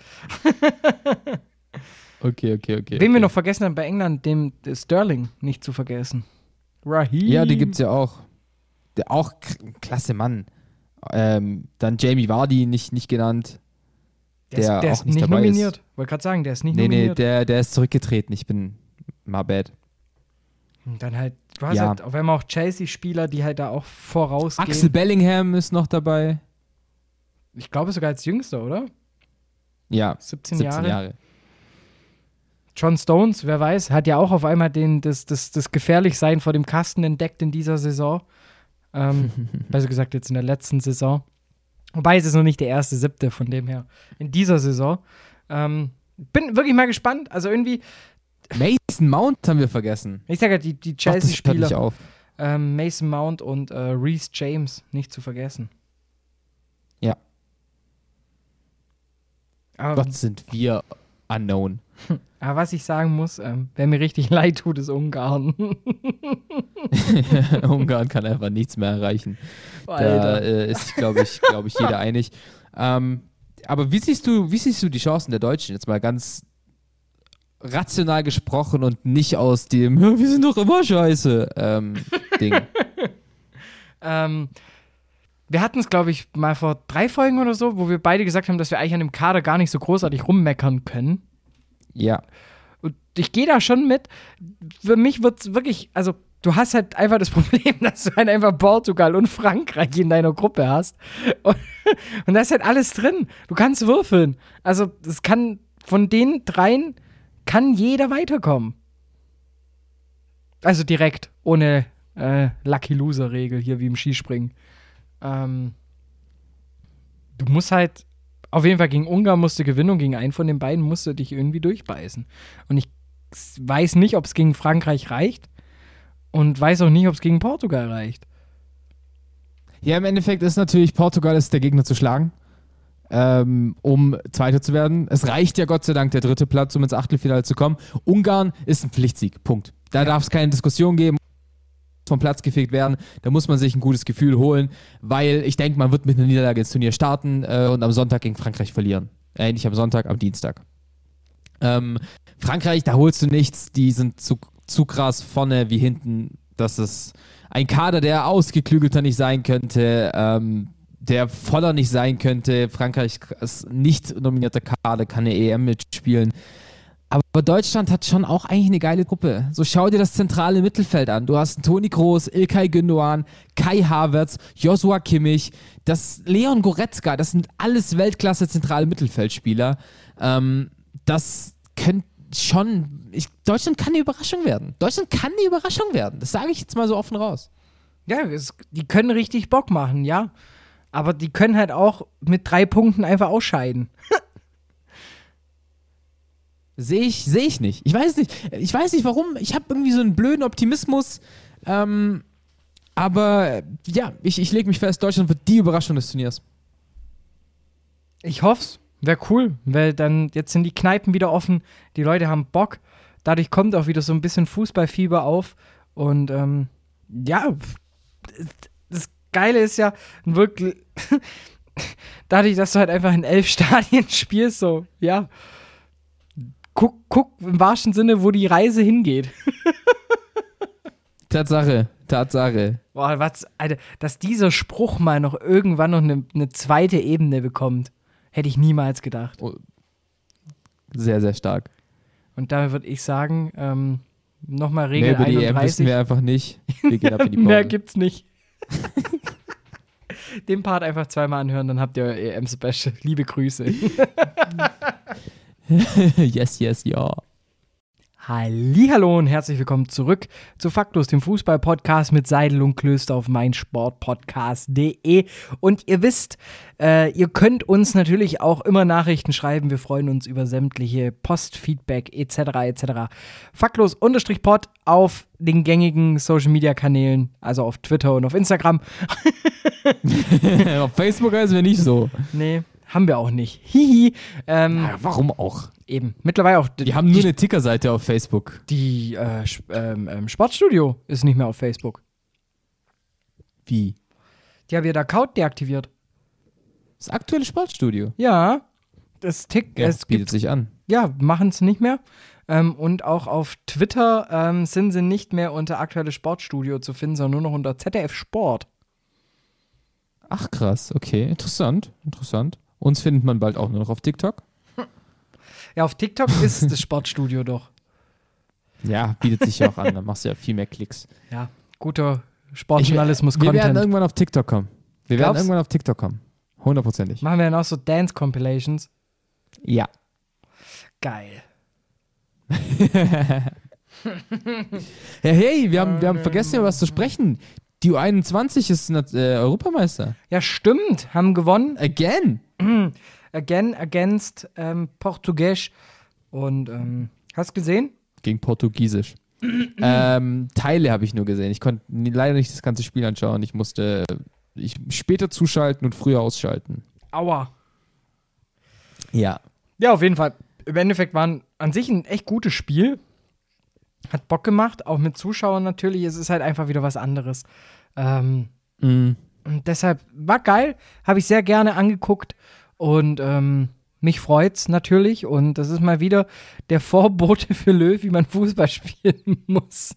Okay. Wen wir noch vergessen haben bei England, dem Sterling nicht zu vergessen. Raheem. Ja, die gibt's ja auch. Der auch klasse Mann. Dann Jamie Vardy nicht genannt. Der auch ist nicht dabei nominiert. Wollte gerade sagen, der ist nicht nominiert. Nee, der ist zurückgetreten. Ich bin my bad. Und dann halt, du hast halt auf einmal auch Chelsea-Spieler, die halt da auch vorausgehen. Axel Bellingham ist noch dabei. Ich glaube sogar als Jüngster, oder? Ja, 17 Jahre. John Stones, wer weiß, hat ja auch auf einmal das Gefährlichsein vor dem Kasten entdeckt in dieser Saison. Besser gesagt jetzt in der letzten Saison. Wobei es ist noch nicht der erste Siebte von dem her. In dieser Saison. Bin wirklich mal gespannt. Also irgendwie Mason Mount haben wir vergessen. Ich sage ja, die Chelsea-Spieler. Auf. Mason Mount und Reece James nicht zu vergessen. Ja. Aber, Gott, sind wir unknown. Aber was ich sagen muss, wer mir richtig leid tut, ist Ungarn. Ungarn kann einfach nichts mehr erreichen. Alter. Da ist, glaube ich, jeder einig. Aber wie siehst du die Chancen der Deutschen? Jetzt mal ganz rational gesprochen und nicht aus dem wir sind doch immer scheiße Ding. Wir hatten es, glaube ich, mal vor 3 Folgen oder so, wo wir beide gesagt haben, dass wir eigentlich an dem Kader gar nicht so großartig rummeckern können. Ja. Und ich gehe da schon mit. Für mich wird es wirklich, also du hast halt einfach das Problem, dass du halt einfach Portugal und Frankreich in deiner Gruppe hast. Und da ist halt alles drin. Du kannst würfeln. Also es kann von den 3 kann jeder weiterkommen. Also direkt, ohne Lucky-Loser-Regel hier wie im Skispringen. Du musst halt, auf jeden Fall gegen Ungarn musst du gewinnen und gegen einen von den beiden musst du dich irgendwie durchbeißen. Und ich weiß nicht, ob es gegen Frankreich reicht und weiß auch nicht, ob es gegen Portugal reicht. Ja, im Endeffekt ist natürlich Portugal ist der Gegner zu schlagen, um Zweiter zu werden. Es reicht ja Gott sei Dank der 3. Platz, um ins Achtelfinale zu kommen. Ungarn ist ein Pflichtsieg, Punkt. Da darf es keine Diskussion geben. Vom Platz gefegt werden, da muss man sich ein gutes Gefühl holen, weil ich denke, man wird mit einer Niederlage ins Turnier starten und am Sonntag gegen Frankreich verlieren. Nicht am Sonntag, am Dienstag. Frankreich, da holst du nichts, die sind zu krass vorne wie hinten. Das ist ein Kader, der ausgeklügelter nicht sein könnte, der voller nicht sein könnte. Frankreich ist nicht nominierter Kader, kann eine EM mitspielen. Aber Deutschland hat schon auch eigentlich eine geile Gruppe. So schau dir das zentrale Mittelfeld an. Du hast Toni Kroos, İlkay Gündoğan, Kai Havertz, Joshua Kimmich, das Leon Goretzka, das sind alles Weltklasse zentrale Mittelfeldspieler. Das könnte schon... Deutschland kann eine Überraschung werden. Das sage ich jetzt mal so offen raus. Ja, die können richtig Bock machen, ja. Aber die können halt auch mit 3 Punkten einfach ausscheiden. Sehe ich nicht. Ich weiß nicht warum. Ich habe irgendwie so einen blöden Optimismus. Aber ja, ich lege mich fest, Deutschland wird die Überraschung des Turniers. Ich hoff's. Wäre cool, weil dann jetzt sind die Kneipen wieder offen. Die Leute haben Bock. Dadurch kommt auch wieder so ein bisschen Fußballfieber auf. Und ja, das Geile ist ja wirklich, dadurch, dass du halt einfach in 11 Stadien spielst, so, ja. Guck im wahrsten Sinne, wo die Reise hingeht. Tatsache. Boah, was, Alter, dass dieser Spruch mal noch irgendwann noch eine zweite Ebene bekommt, hätte ich niemals gedacht. Oh, sehr, sehr stark. Und damit würde ich sagen, nochmal Regel über die 31. EM wissen wir einfach nicht. Wir gehen ab in die Pause. Mehr gibt's nicht. Den Part einfach zweimal anhören, dann habt ihr euer EM-Special. Liebe Grüße. Yes, ja. Hallihallo und herzlich willkommen zurück zu Faktlos, dem Fußball-Podcast mit Seidel und Klöster auf meinsportpodcast.de. Und ihr wisst, ihr könnt uns natürlich auch immer Nachrichten schreiben. Wir freuen uns über sämtliche Postfeedback etc. Faktlos_pod auf den gängigen Social-Media-Kanälen, also auf Twitter und auf Instagram. Auf Facebook heißen wir nicht so. Nee, haben wir auch nicht. Hihi. Warum auch? Eben. Mittlerweile auch. Die haben nur eine Tickerseite auf Facebook. Die Sportstudio ist nicht mehr auf Facebook. Wie? Die haben ihren Account deaktiviert. Das aktuelle Sportstudio? Ja. Das tickt. Ja, es bietet sich an. Ja, machen es nicht mehr. Und auch auf Twitter sind sie nicht mehr unter aktuelles Sportstudio zu finden, sondern nur noch unter ZDF Sport. Ach krass, okay. Interessant. Uns findet man bald auch nur noch auf TikTok. Ja, auf TikTok ist das Sportstudio doch. Ja, bietet sich ja auch an. Dann machst du ja viel mehr Klicks. Ja, guter Sportjournalismus-Content. Wir werden irgendwann auf TikTok kommen. 100%. Machen wir dann auch so Dance-Compilations? Ja. Geil. Ja, hey, wir haben vergessen, über was zu sprechen. Die U21 ist Europameister. Ja, stimmt. Haben gewonnen. Again Against Portugiesisch. Und hast du gesehen? Gegen Portugiesisch. Teile habe ich nur gesehen. Ich konnte leider nicht das ganze Spiel anschauen. Ich musste später zuschalten und früher ausschalten. Aua. Ja. Ja, auf jeden Fall. Im Endeffekt war an sich ein echt gutes Spiel. Hat Bock gemacht, auch mit Zuschauern natürlich. Es ist halt einfach wieder was anderes. Und deshalb war geil. Habe ich sehr gerne angeguckt. Und mich freut's natürlich. Und das ist mal wieder der Vorbote für Löw, wie man Fußball spielen muss.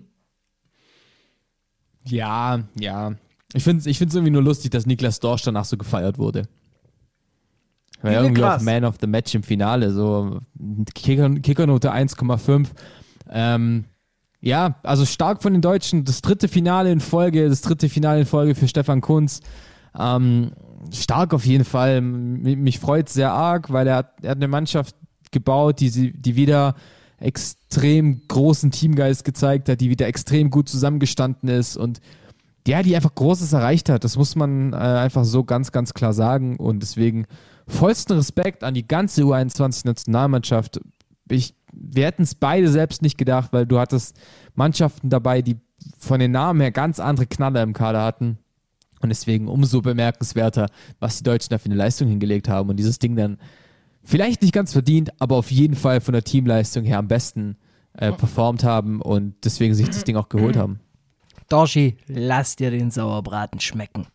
Ja. Ich find's irgendwie nur lustig, dass Niklas Dorsch danach so gefeiert wurde. War ja irgendwie auch Man of the Match im Finale. So Kickernote 1,5. Ja, also stark von den Deutschen. Das dritte Finale in Folge für Stefan Kuntz. Stark auf jeden Fall. Mich freut es sehr arg, weil er hat eine Mannschaft gebaut, die wieder extrem großen Teamgeist gezeigt hat, die wieder extrem gut zusammengestanden ist und ja, die einfach Großes erreicht hat. Das muss man einfach so ganz, ganz klar sagen. Und deswegen vollsten Respekt an die ganze U21-Nationalmannschaft. Wir hätten es beide selbst nicht gedacht, weil du hattest Mannschaften dabei, die von den Namen her ganz andere Knaller im Kader hatten. Und deswegen umso bemerkenswerter, was die Deutschen da für eine Leistung hingelegt haben. Und dieses Ding dann vielleicht nicht ganz verdient, aber auf jeden Fall von der Teamleistung her am besten performt haben und deswegen sich das Ding auch geholt haben. Dorschi, lass dir den Sauerbraten schmecken.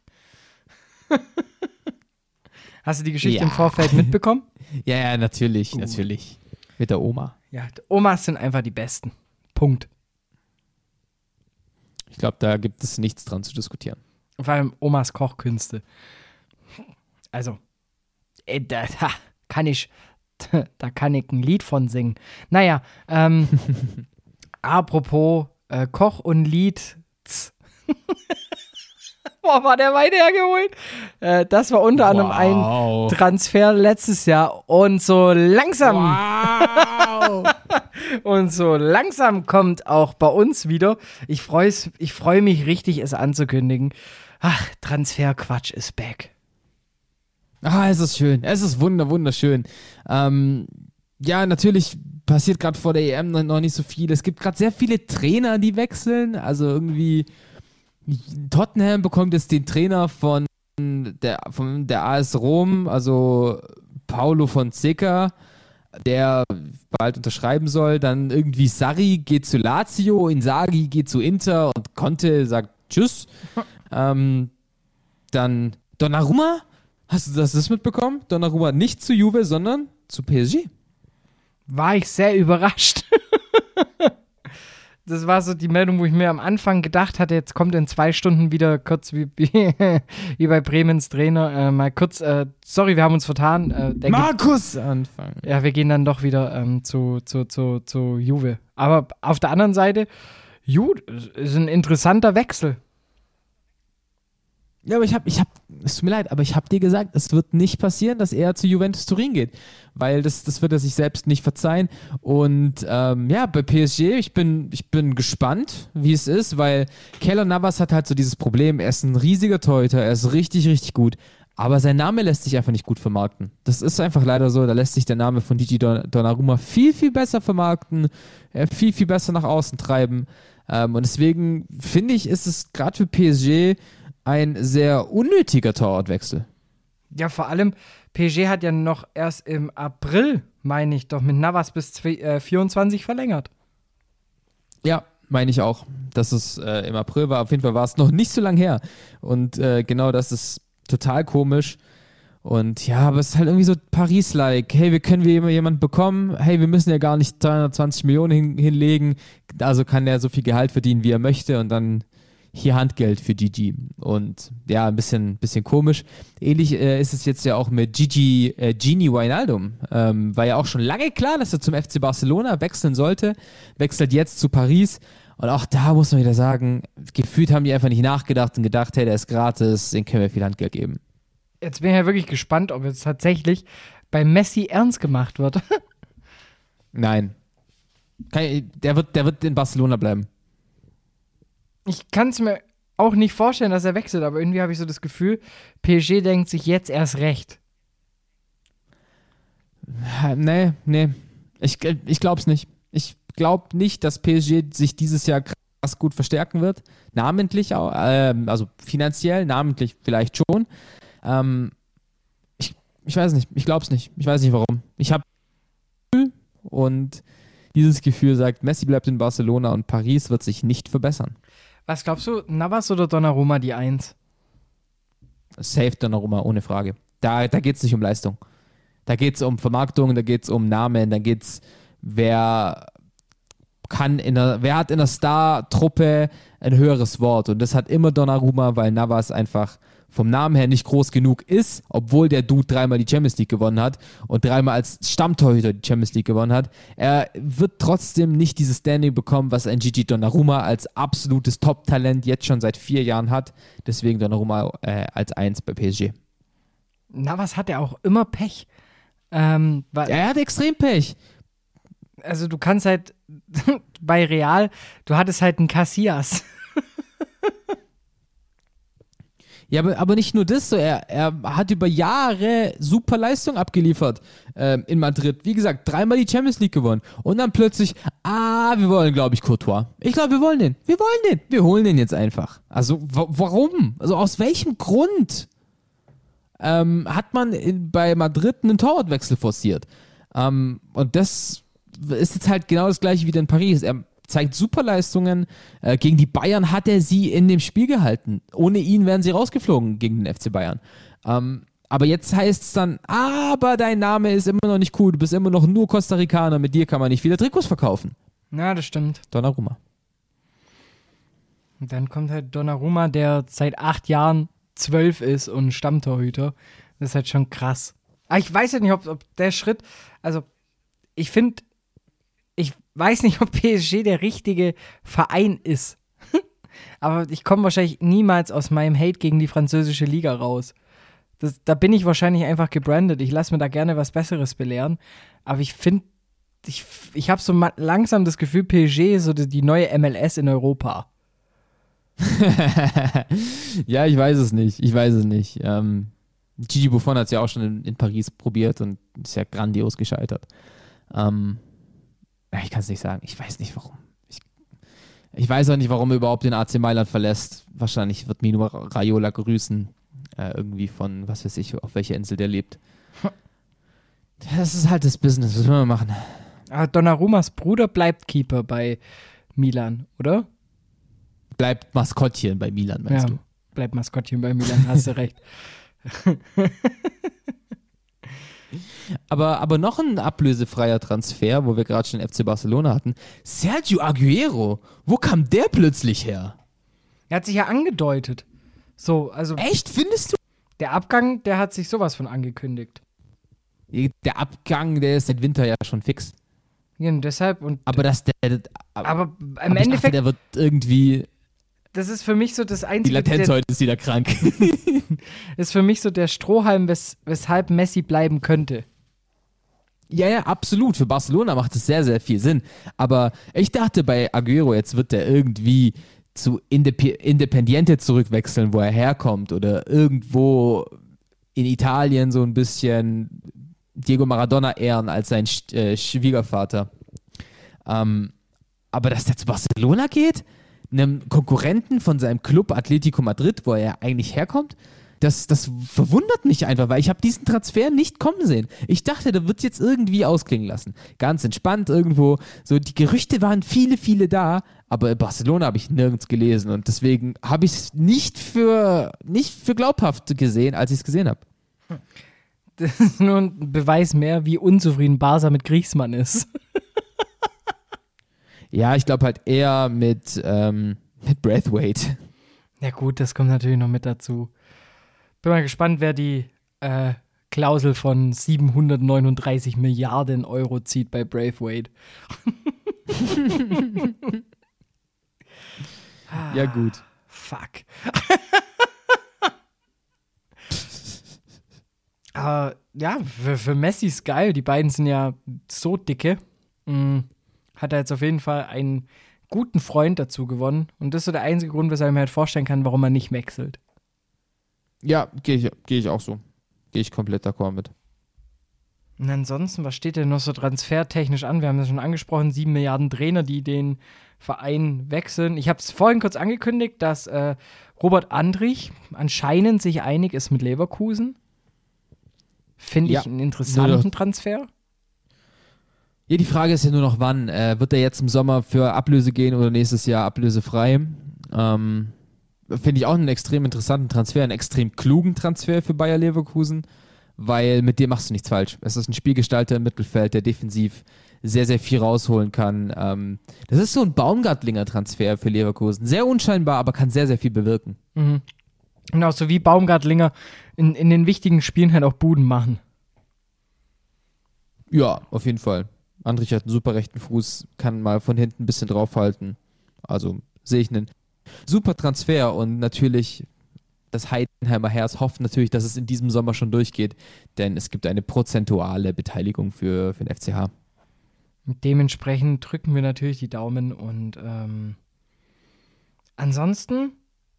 Hast du die Geschichte im Vorfeld mitbekommen? Ja, natürlich. Mit der Oma. Ja, Omas sind einfach die Besten. Punkt. Ich glaube, da gibt es nichts dran zu diskutieren. Vor allem Omas Kochkünste. Also, da kann ich Da kann ich ein Lied von singen. Naja, apropos Koch und Lied. Boah, war der weit hergeholt. Das war unter anderem ein Transfer letztes Jahr. Und so langsam und so langsam kommt auch bei uns wieder. Ich freue mich richtig, es anzukündigen. Ach, Transferquatsch ist back. Es ist schön. Es ist wunderschön. Ja, natürlich passiert gerade vor der EM noch nicht so viel. Es gibt gerade sehr viele Trainer, die wechseln. Also irgendwie Tottenham bekommt jetzt den Trainer von der AS Rom, also Paulo Fonseca, der bald unterschreiben soll. Dann irgendwie Sarri geht zu Lazio, Inzaghi geht zu Inter und Conte sagt Tschüss. Dann Donnarumma, hast du das mitbekommen? Donnarumma nicht zu Juve, sondern zu PSG. War ich sehr überrascht. Das war so die Meldung, wo ich mir am Anfang gedacht hatte, jetzt kommt in 2 Stunden wieder kurz wie bei Bremens Trainer, mal kurz, sorry, wir haben uns vertan. Markus anfangen. Ja, wir gehen dann doch wieder zu Juve. Aber auf der anderen Seite, ist ein interessanter Wechsel. Ja, aber es tut mir leid, aber ich habe dir gesagt, es wird nicht passieren, dass er zu Juventus Turin geht, weil das wird er sich selbst nicht verzeihen. Und bei PSG, ich bin gespannt, wie es ist, weil Keylor Navas hat halt so dieses Problem, er ist ein riesiger Torhüter, er ist richtig, richtig gut, aber sein Name lässt sich einfach nicht gut vermarkten. Das ist einfach leider so, da lässt sich der Name von Gigi Donnarumma viel, viel besser vermarkten, viel, viel besser nach außen treiben. Und deswegen finde ich, ist es gerade für PSG ein sehr unnötiger Torwartwechsel. Ja, vor allem, PSG hat ja noch erst im April, meine ich, doch mit Navas bis 24 verlängert. Ja, meine ich auch, dass es im April war. Auf jeden Fall war es noch nicht so lang her. Und genau das ist total komisch. Und ja, aber es ist halt irgendwie so Paris-like. Hey, können wir jemanden bekommen? Hey, wir müssen ja gar nicht 320 Millionen hinlegen. Also kann er so viel Gehalt verdienen, wie er möchte. Und dann hier Handgeld für Gigi. Und ja, ein bisschen komisch. Ähnlich ist es jetzt ja auch mit Gini Wijnaldum. War ja auch schon lange klar, dass er zum FC Barcelona wechseln sollte. Wechselt jetzt zu Paris. Und auch da muss man wieder sagen, gefühlt haben die einfach nicht nachgedacht und gedacht, hey, der ist gratis, den können wir viel Handgeld geben. Jetzt bin ich ja wirklich gespannt, ob jetzt tatsächlich bei Messi ernst gemacht wird. Nein. Der wird in Barcelona bleiben. Ich kann es mir auch nicht vorstellen, dass er wechselt, aber irgendwie habe ich so das Gefühl, PSG denkt sich jetzt erst recht. Nee. Ich glaube es nicht. Ich glaube nicht, dass PSG sich dieses Jahr krass gut verstärken wird. Namentlich auch, also finanziell, namentlich vielleicht schon. Ich weiß nicht. Ich glaube es nicht. Ich weiß nicht, warum. Ich habe und dieses Gefühl sagt, Messi bleibt in Barcelona und Paris wird sich nicht verbessern. Was glaubst du, Navas oder Donnarumma die 1? Safe Donnarumma, ohne Frage. Da geht es nicht um Leistung. Da geht es um Vermarktung, da geht es um Namen, da geht es, wer hat in der Star-Truppe ein höheres Wort. Und das hat immer Donnarumma, weil Navas einfach vom Namen her nicht groß genug ist, obwohl der Dude 3-mal die Champions League gewonnen hat und 3-mal als Stammtorhüter die Champions League gewonnen hat. Er wird trotzdem nicht dieses Standing bekommen, was ein Gigi Donnarumma als absolutes Top-Talent jetzt schon seit 4 Jahren hat. Deswegen Donnarumma als 1 bei PSG. Navas hat ja auch immer Pech. Er hat extrem Pech. Also du kannst halt bei Real, du hattest halt einen Casillas. Ja, aber nicht nur das, so er hat über Jahre super Leistung abgeliefert in Madrid. Wie gesagt, 3-mal die Champions League gewonnen. Und dann plötzlich, wir wollen, glaube ich, Courtois. Ich glaube, wir wollen den. Wir holen den jetzt einfach. Also, warum? Also, aus welchem Grund hat man bei Madrid einen Torwartwechsel forciert? Und das ist jetzt halt genau das gleiche wie in Paris. Er zeigt super Leistungen. Gegen die Bayern hat er sie in dem Spiel gehalten. Ohne ihn wären sie rausgeflogen gegen den FC Bayern. Aber jetzt heißt es dann, aber dein Name ist immer noch nicht cool. Du bist immer noch nur Costa Ricaner. Mit dir kann man nicht viele Trikots verkaufen. Ja, das stimmt. Donnarumma. Und dann kommt halt Donnarumma, der seit 8 Jahren 12 ist und Stammtorhüter. Das ist halt schon krass. Aber ich weiß ja nicht, ob der Schritt, also ich weiß nicht, ob PSG der richtige Verein ist. Aber ich komme wahrscheinlich niemals aus meinem Hate gegen die französische Liga raus. Da bin ich wahrscheinlich einfach gebrandet. Ich lasse mir da gerne was Besseres belehren. Aber ich finde, ich habe so langsam das Gefühl, PSG ist so die neue MLS in Europa. Ja, ich weiß es nicht. Gigi Buffon hat es ja auch schon in Paris probiert und ist ja grandios gescheitert. Ich kann es nicht sagen. Ich weiß nicht, warum. Ich weiß auch nicht, warum er überhaupt den AC Mailand verlässt. Wahrscheinlich wird Mino Raiola grüßen. Irgendwie von, was weiß ich, auf welcher Insel der lebt. Das ist halt das Business. Was will man machen? Aber Donnarummas Bruder bleibt Keeper bei Milan, oder? Bleibt Maskottchen bei Milan, meinst du? Bleibt Maskottchen bei Milan, hast du recht. Aber noch ein ablösefreier Transfer, wo wir gerade schon FC Barcelona hatten. Sergio Aguero. Wo kam der plötzlich her? Er hat sich ja angedeutet. So, also. Echt, findest du? Der Abgang, der hat sich sowas von angekündigt. Der Abgang, der ist seit Winter ja schon fix. Ja, und deshalb aber im Endeffekt. Dachte, der wird irgendwie. Das ist für mich so das Einzige. Die Latenz heute ist wieder krank. Ist für mich so der Strohhalm, weshalb Messi bleiben könnte. Ja, absolut. Für Barcelona macht es sehr, sehr viel Sinn. Aber ich dachte bei Aguero, jetzt wird der irgendwie zu Independiente zurückwechseln, wo er herkommt. Oder irgendwo in Italien so ein bisschen Diego Maradona ehren als sein Schwiegervater. Aber dass der zu Barcelona geht, einem Konkurrenten von seinem Club Atletico Madrid, wo er eigentlich herkommt, das verwundert mich einfach, weil ich habe diesen Transfer nicht kommen sehen. Ich dachte, der wird jetzt irgendwie ausklingen lassen. Ganz entspannt irgendwo. So, die Gerüchte waren viele, viele da, aber in Barcelona habe ich nirgends gelesen und deswegen habe ich es nicht für glaubhaft gesehen, als ich es gesehen habe. Das ist nur ein Beweis mehr, wie unzufrieden Barca mit Griezmann ist. Ja, ich glaube halt eher mit Braithwaite. Ja gut, das kommt natürlich noch mit dazu. Bin mal gespannt, wer die Klausel von 739 Milliarden Euro zieht bei Braithwaite. Ja gut. Fuck. Ja, für Messi ist geil. Die beiden sind ja so dicke. Hat er jetzt auf jeden Fall einen guten Freund dazu gewonnen. Und das ist so der einzige Grund, weshalb ich mir halt vorstellen kann, warum er nicht wechselt. Ja, gehe ich auch so. Gehe ich komplett d'accord mit. Und ansonsten, was steht denn noch so transfertechnisch an? Wir haben das schon angesprochen, 7 Milliarden Trainer, die den Verein wechseln. Ich habe es vorhin kurz angekündigt, dass Robert Andrich anscheinend sich einig ist mit Leverkusen. Finde ich einen interessanten Transfer. Ja, die Frage ist ja nur noch, wann. Wird er jetzt im Sommer für Ablöse gehen oder nächstes Jahr ablösefrei? Finde ich auch einen extrem interessanten Transfer, einen extrem klugen Transfer für Bayer Leverkusen, weil mit dem machst du nichts falsch. Es ist ein Spielgestalter im Mittelfeld, der defensiv sehr, sehr viel rausholen kann. Das ist so ein Baumgartlinger-Transfer für Leverkusen. Sehr unscheinbar, aber kann sehr, sehr viel bewirken. Mhm. Und auch so wie Baumgartlinger in den wichtigen Spielen halt auch Buden machen. Ja, auf jeden Fall. Andrich hat einen super rechten Fuß, kann mal von hinten ein bisschen draufhalten. Also sehe ich einen super Transfer und natürlich das Heidenheimer Herz hofft natürlich, dass es in diesem Sommer schon durchgeht, denn es gibt eine prozentuale Beteiligung für den FCH. Und dementsprechend drücken wir natürlich die Daumen und ansonsten,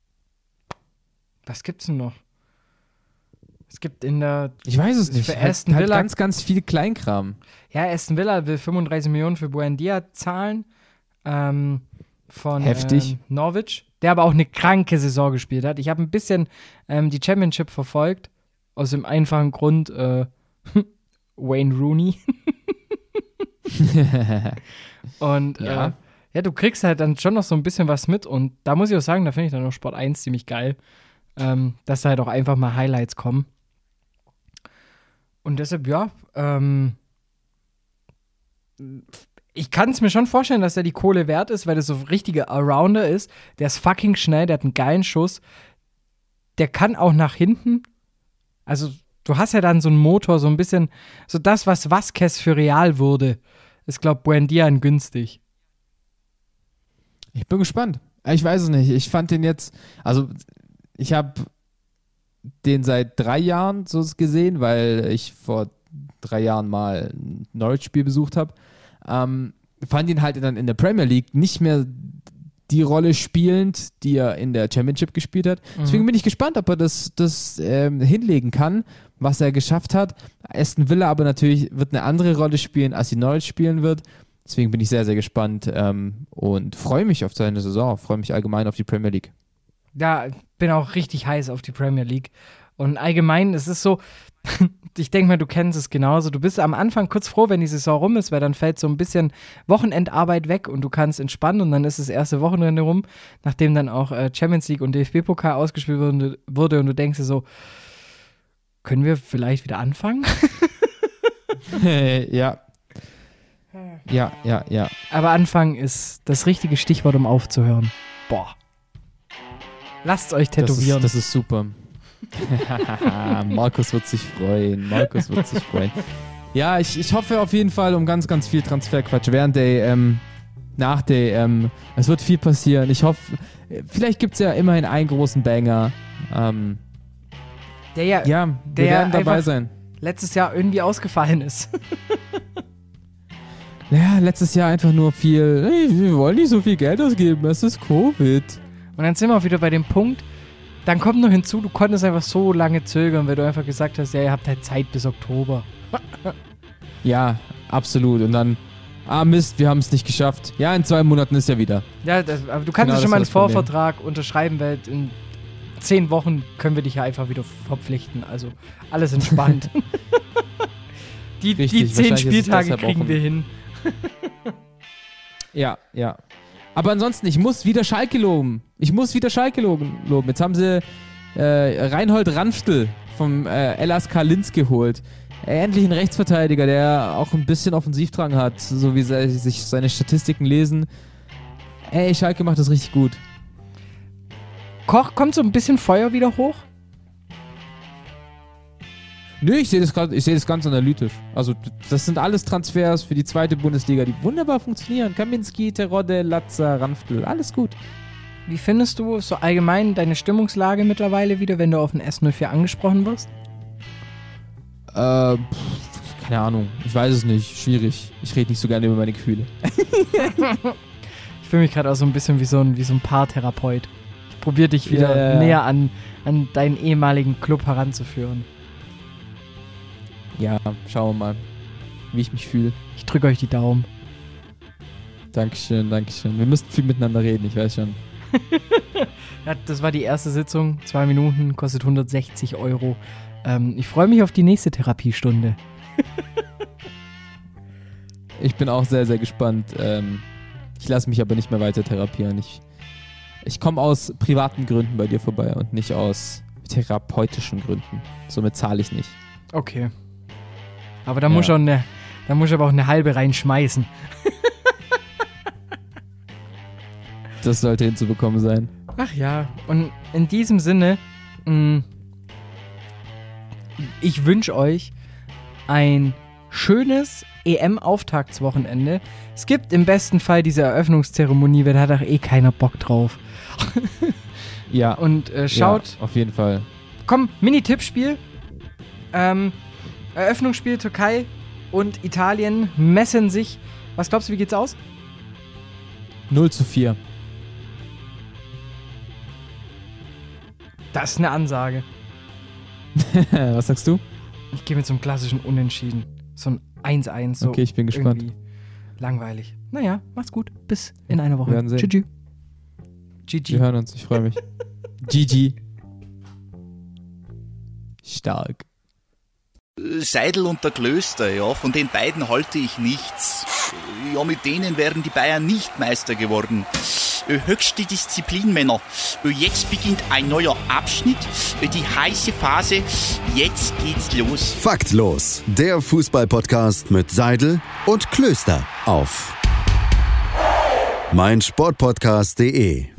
was gibt's denn noch? Es gibt in der... Ich weiß es nicht. Für Aston Villa ganz, ganz viel Kleinkram. Ja, Aston Villa will 35 Millionen für Buendia zahlen. Von Heftig. Norwich, der aber auch eine kranke Saison gespielt hat. Ich habe ein bisschen die Championship verfolgt, aus dem einfachen Grund Wayne Rooney. Und ja, du kriegst halt dann schon noch so ein bisschen was mit und da muss ich auch sagen, da finde ich dann noch Sport 1 ziemlich geil, dass da halt auch einfach mal Highlights kommen. Und deshalb, ich kann es mir schon vorstellen, dass er die Kohle wert ist, weil das so ein richtiger Allrounder ist. Der ist fucking schnell, der hat einen geilen Schuss. Der kann auch nach hinten, also Du hast ja dann so einen Motor, so ein bisschen, so das, was Vázquez für Real wurde, ist, glaube ich, Buendia günstig. Ich bin gespannt. Ich weiß es nicht. Ich fand den jetzt, also ich habe den seit 3 Jahren so gesehen, weil ich vor 3 Jahren mal ein Norwich-Spiel besucht habe. Fand ihn halt dann in der Premier League nicht mehr die Rolle spielend, die er in der Championship gespielt hat. Deswegen bin ich gespannt, ob er das hinlegen kann, was er geschafft hat. Aston Villa aber natürlich wird eine andere Rolle spielen, als die Norwich spielen wird. Deswegen bin ich sehr, sehr gespannt und freue mich auf seine Saison, freue mich allgemein auf die Premier League. Ja, bin auch richtig heiß auf die Premier League. Und allgemein, es ist so, ich denke mal, du kennst es genauso. Du bist am Anfang kurz froh, wenn die Saison rum ist, weil dann fällt so ein bisschen Wochenendarbeit weg und du kannst entspannen und dann ist das erste Wochenende rum, nachdem dann auch Champions League und DFB-Pokal ausgespielt wurde und du denkst dir so, können wir vielleicht wieder anfangen? Ja. Ja. Aber anfangen ist das richtige Stichwort, um aufzuhören. Boah. Lasst euch tätowieren. Das ist super. Markus wird sich freuen. Ja, ich hoffe auf jeden Fall um ganz, ganz viel Transferquatsch während der nach der es wird viel passieren. Ich hoffe, vielleicht gibt es ja immerhin einen großen Banger. Der wir werden dabei sein. Letztes Jahr irgendwie ausgefallen ist. Ja, letztes Jahr einfach nur viel, wir wollen nicht so viel Geld ausgeben, es ist Covid. Und dann sind wir auch wieder bei dem Punkt, dann kommt noch hinzu, du konntest einfach so lange zögern, weil du einfach gesagt hast, ja, ihr habt halt Zeit bis Oktober. Ja, absolut. Und dann, Mist, wir haben es nicht geschafft. Ja, in 2 Monaten ist ja wieder. Ja, aber du kannst ja schon mal einen Vorvertrag unterschreiben, weil in 10 Wochen können wir dich ja einfach wieder verpflichten. Also alles entspannt. Die 10 Spieltage kriegen wir hin. Ja. Aber ansonsten, ich muss wieder Schalke loben. Jetzt haben sie Reinhold Ranftl vom LSK Linz geholt. Endlich ein Rechtsverteidiger, der auch ein bisschen Offensivdrang hat, so wie sich seine Statistiken lesen. Schalke macht das richtig gut. Koch, kommt so ein bisschen Feuer wieder hoch? Nö, ich sehe das ganz analytisch. Also das sind alles Transfers für die 2. Bundesliga, die wunderbar funktionieren. Kaminski, Terodde, Latza, Ranftl, alles gut. Wie findest du so allgemein deine Stimmungslage mittlerweile wieder, wenn du auf den S04 angesprochen wirst? Keine Ahnung. Ich weiß es nicht. Schwierig. Ich rede nicht so gerne über meine Gefühle. Ich fühle mich gerade auch so ein bisschen wie so ein Paartherapeut. Ich probiere dich wieder näher an deinen ehemaligen Club heranzuführen. Ja, schauen wir mal, wie ich mich fühle. Ich drücke euch die Daumen. Dankeschön. Wir müssen viel miteinander reden, ich weiß schon. Ja, das war die erste Sitzung. 2 Minuten, kostet 160 €. Ich freue mich auf die nächste Therapiestunde. Ich bin auch sehr, sehr gespannt. Ich lasse mich aber nicht mehr weiter therapieren. Ich komme aus privaten Gründen bei dir vorbei und nicht therapeutischen Gründen. Somit zahle ich nicht. Okay. Aber da muss ich aber auch eine halbe reinschmeißen. Das sollte hinzubekommen sein. Ach ja, und in diesem Sinne, ich wünsche euch ein schönes EM-Auftaktswochenende. Es gibt im besten Fall diese Eröffnungszeremonie, weil da hat auch eh keiner Bock drauf. Ja. Und schaut. Ja, auf jeden Fall. Komm, Mini-Tippspiel. Eröffnungsspiel Türkei und Italien messen sich. Was glaubst du, wie geht's aus? 0:4. Das ist eine Ansage. Was sagst du? Ich gehe mit so einem klassischen Unentschieden. So ein 1-1. So okay, ich bin gespannt. Langweilig. Naja, macht's gut. Bis in einer Woche. Wir werden sehen. Tschüss. GG. Wir hören uns, ich freue mich. GG. Stark. Seidel und der Klöster, ja, von den beiden halte ich nichts. Ja, mit denen wären die Bayern nicht Meister geworden. Höchste Disziplin, Männer. Jetzt beginnt ein neuer Abschnitt. Die heiße Phase. Jetzt geht's los. Faktlos. Der Fußball-Podcast mit Seidel und Klöster auf meinsportpodcast.de.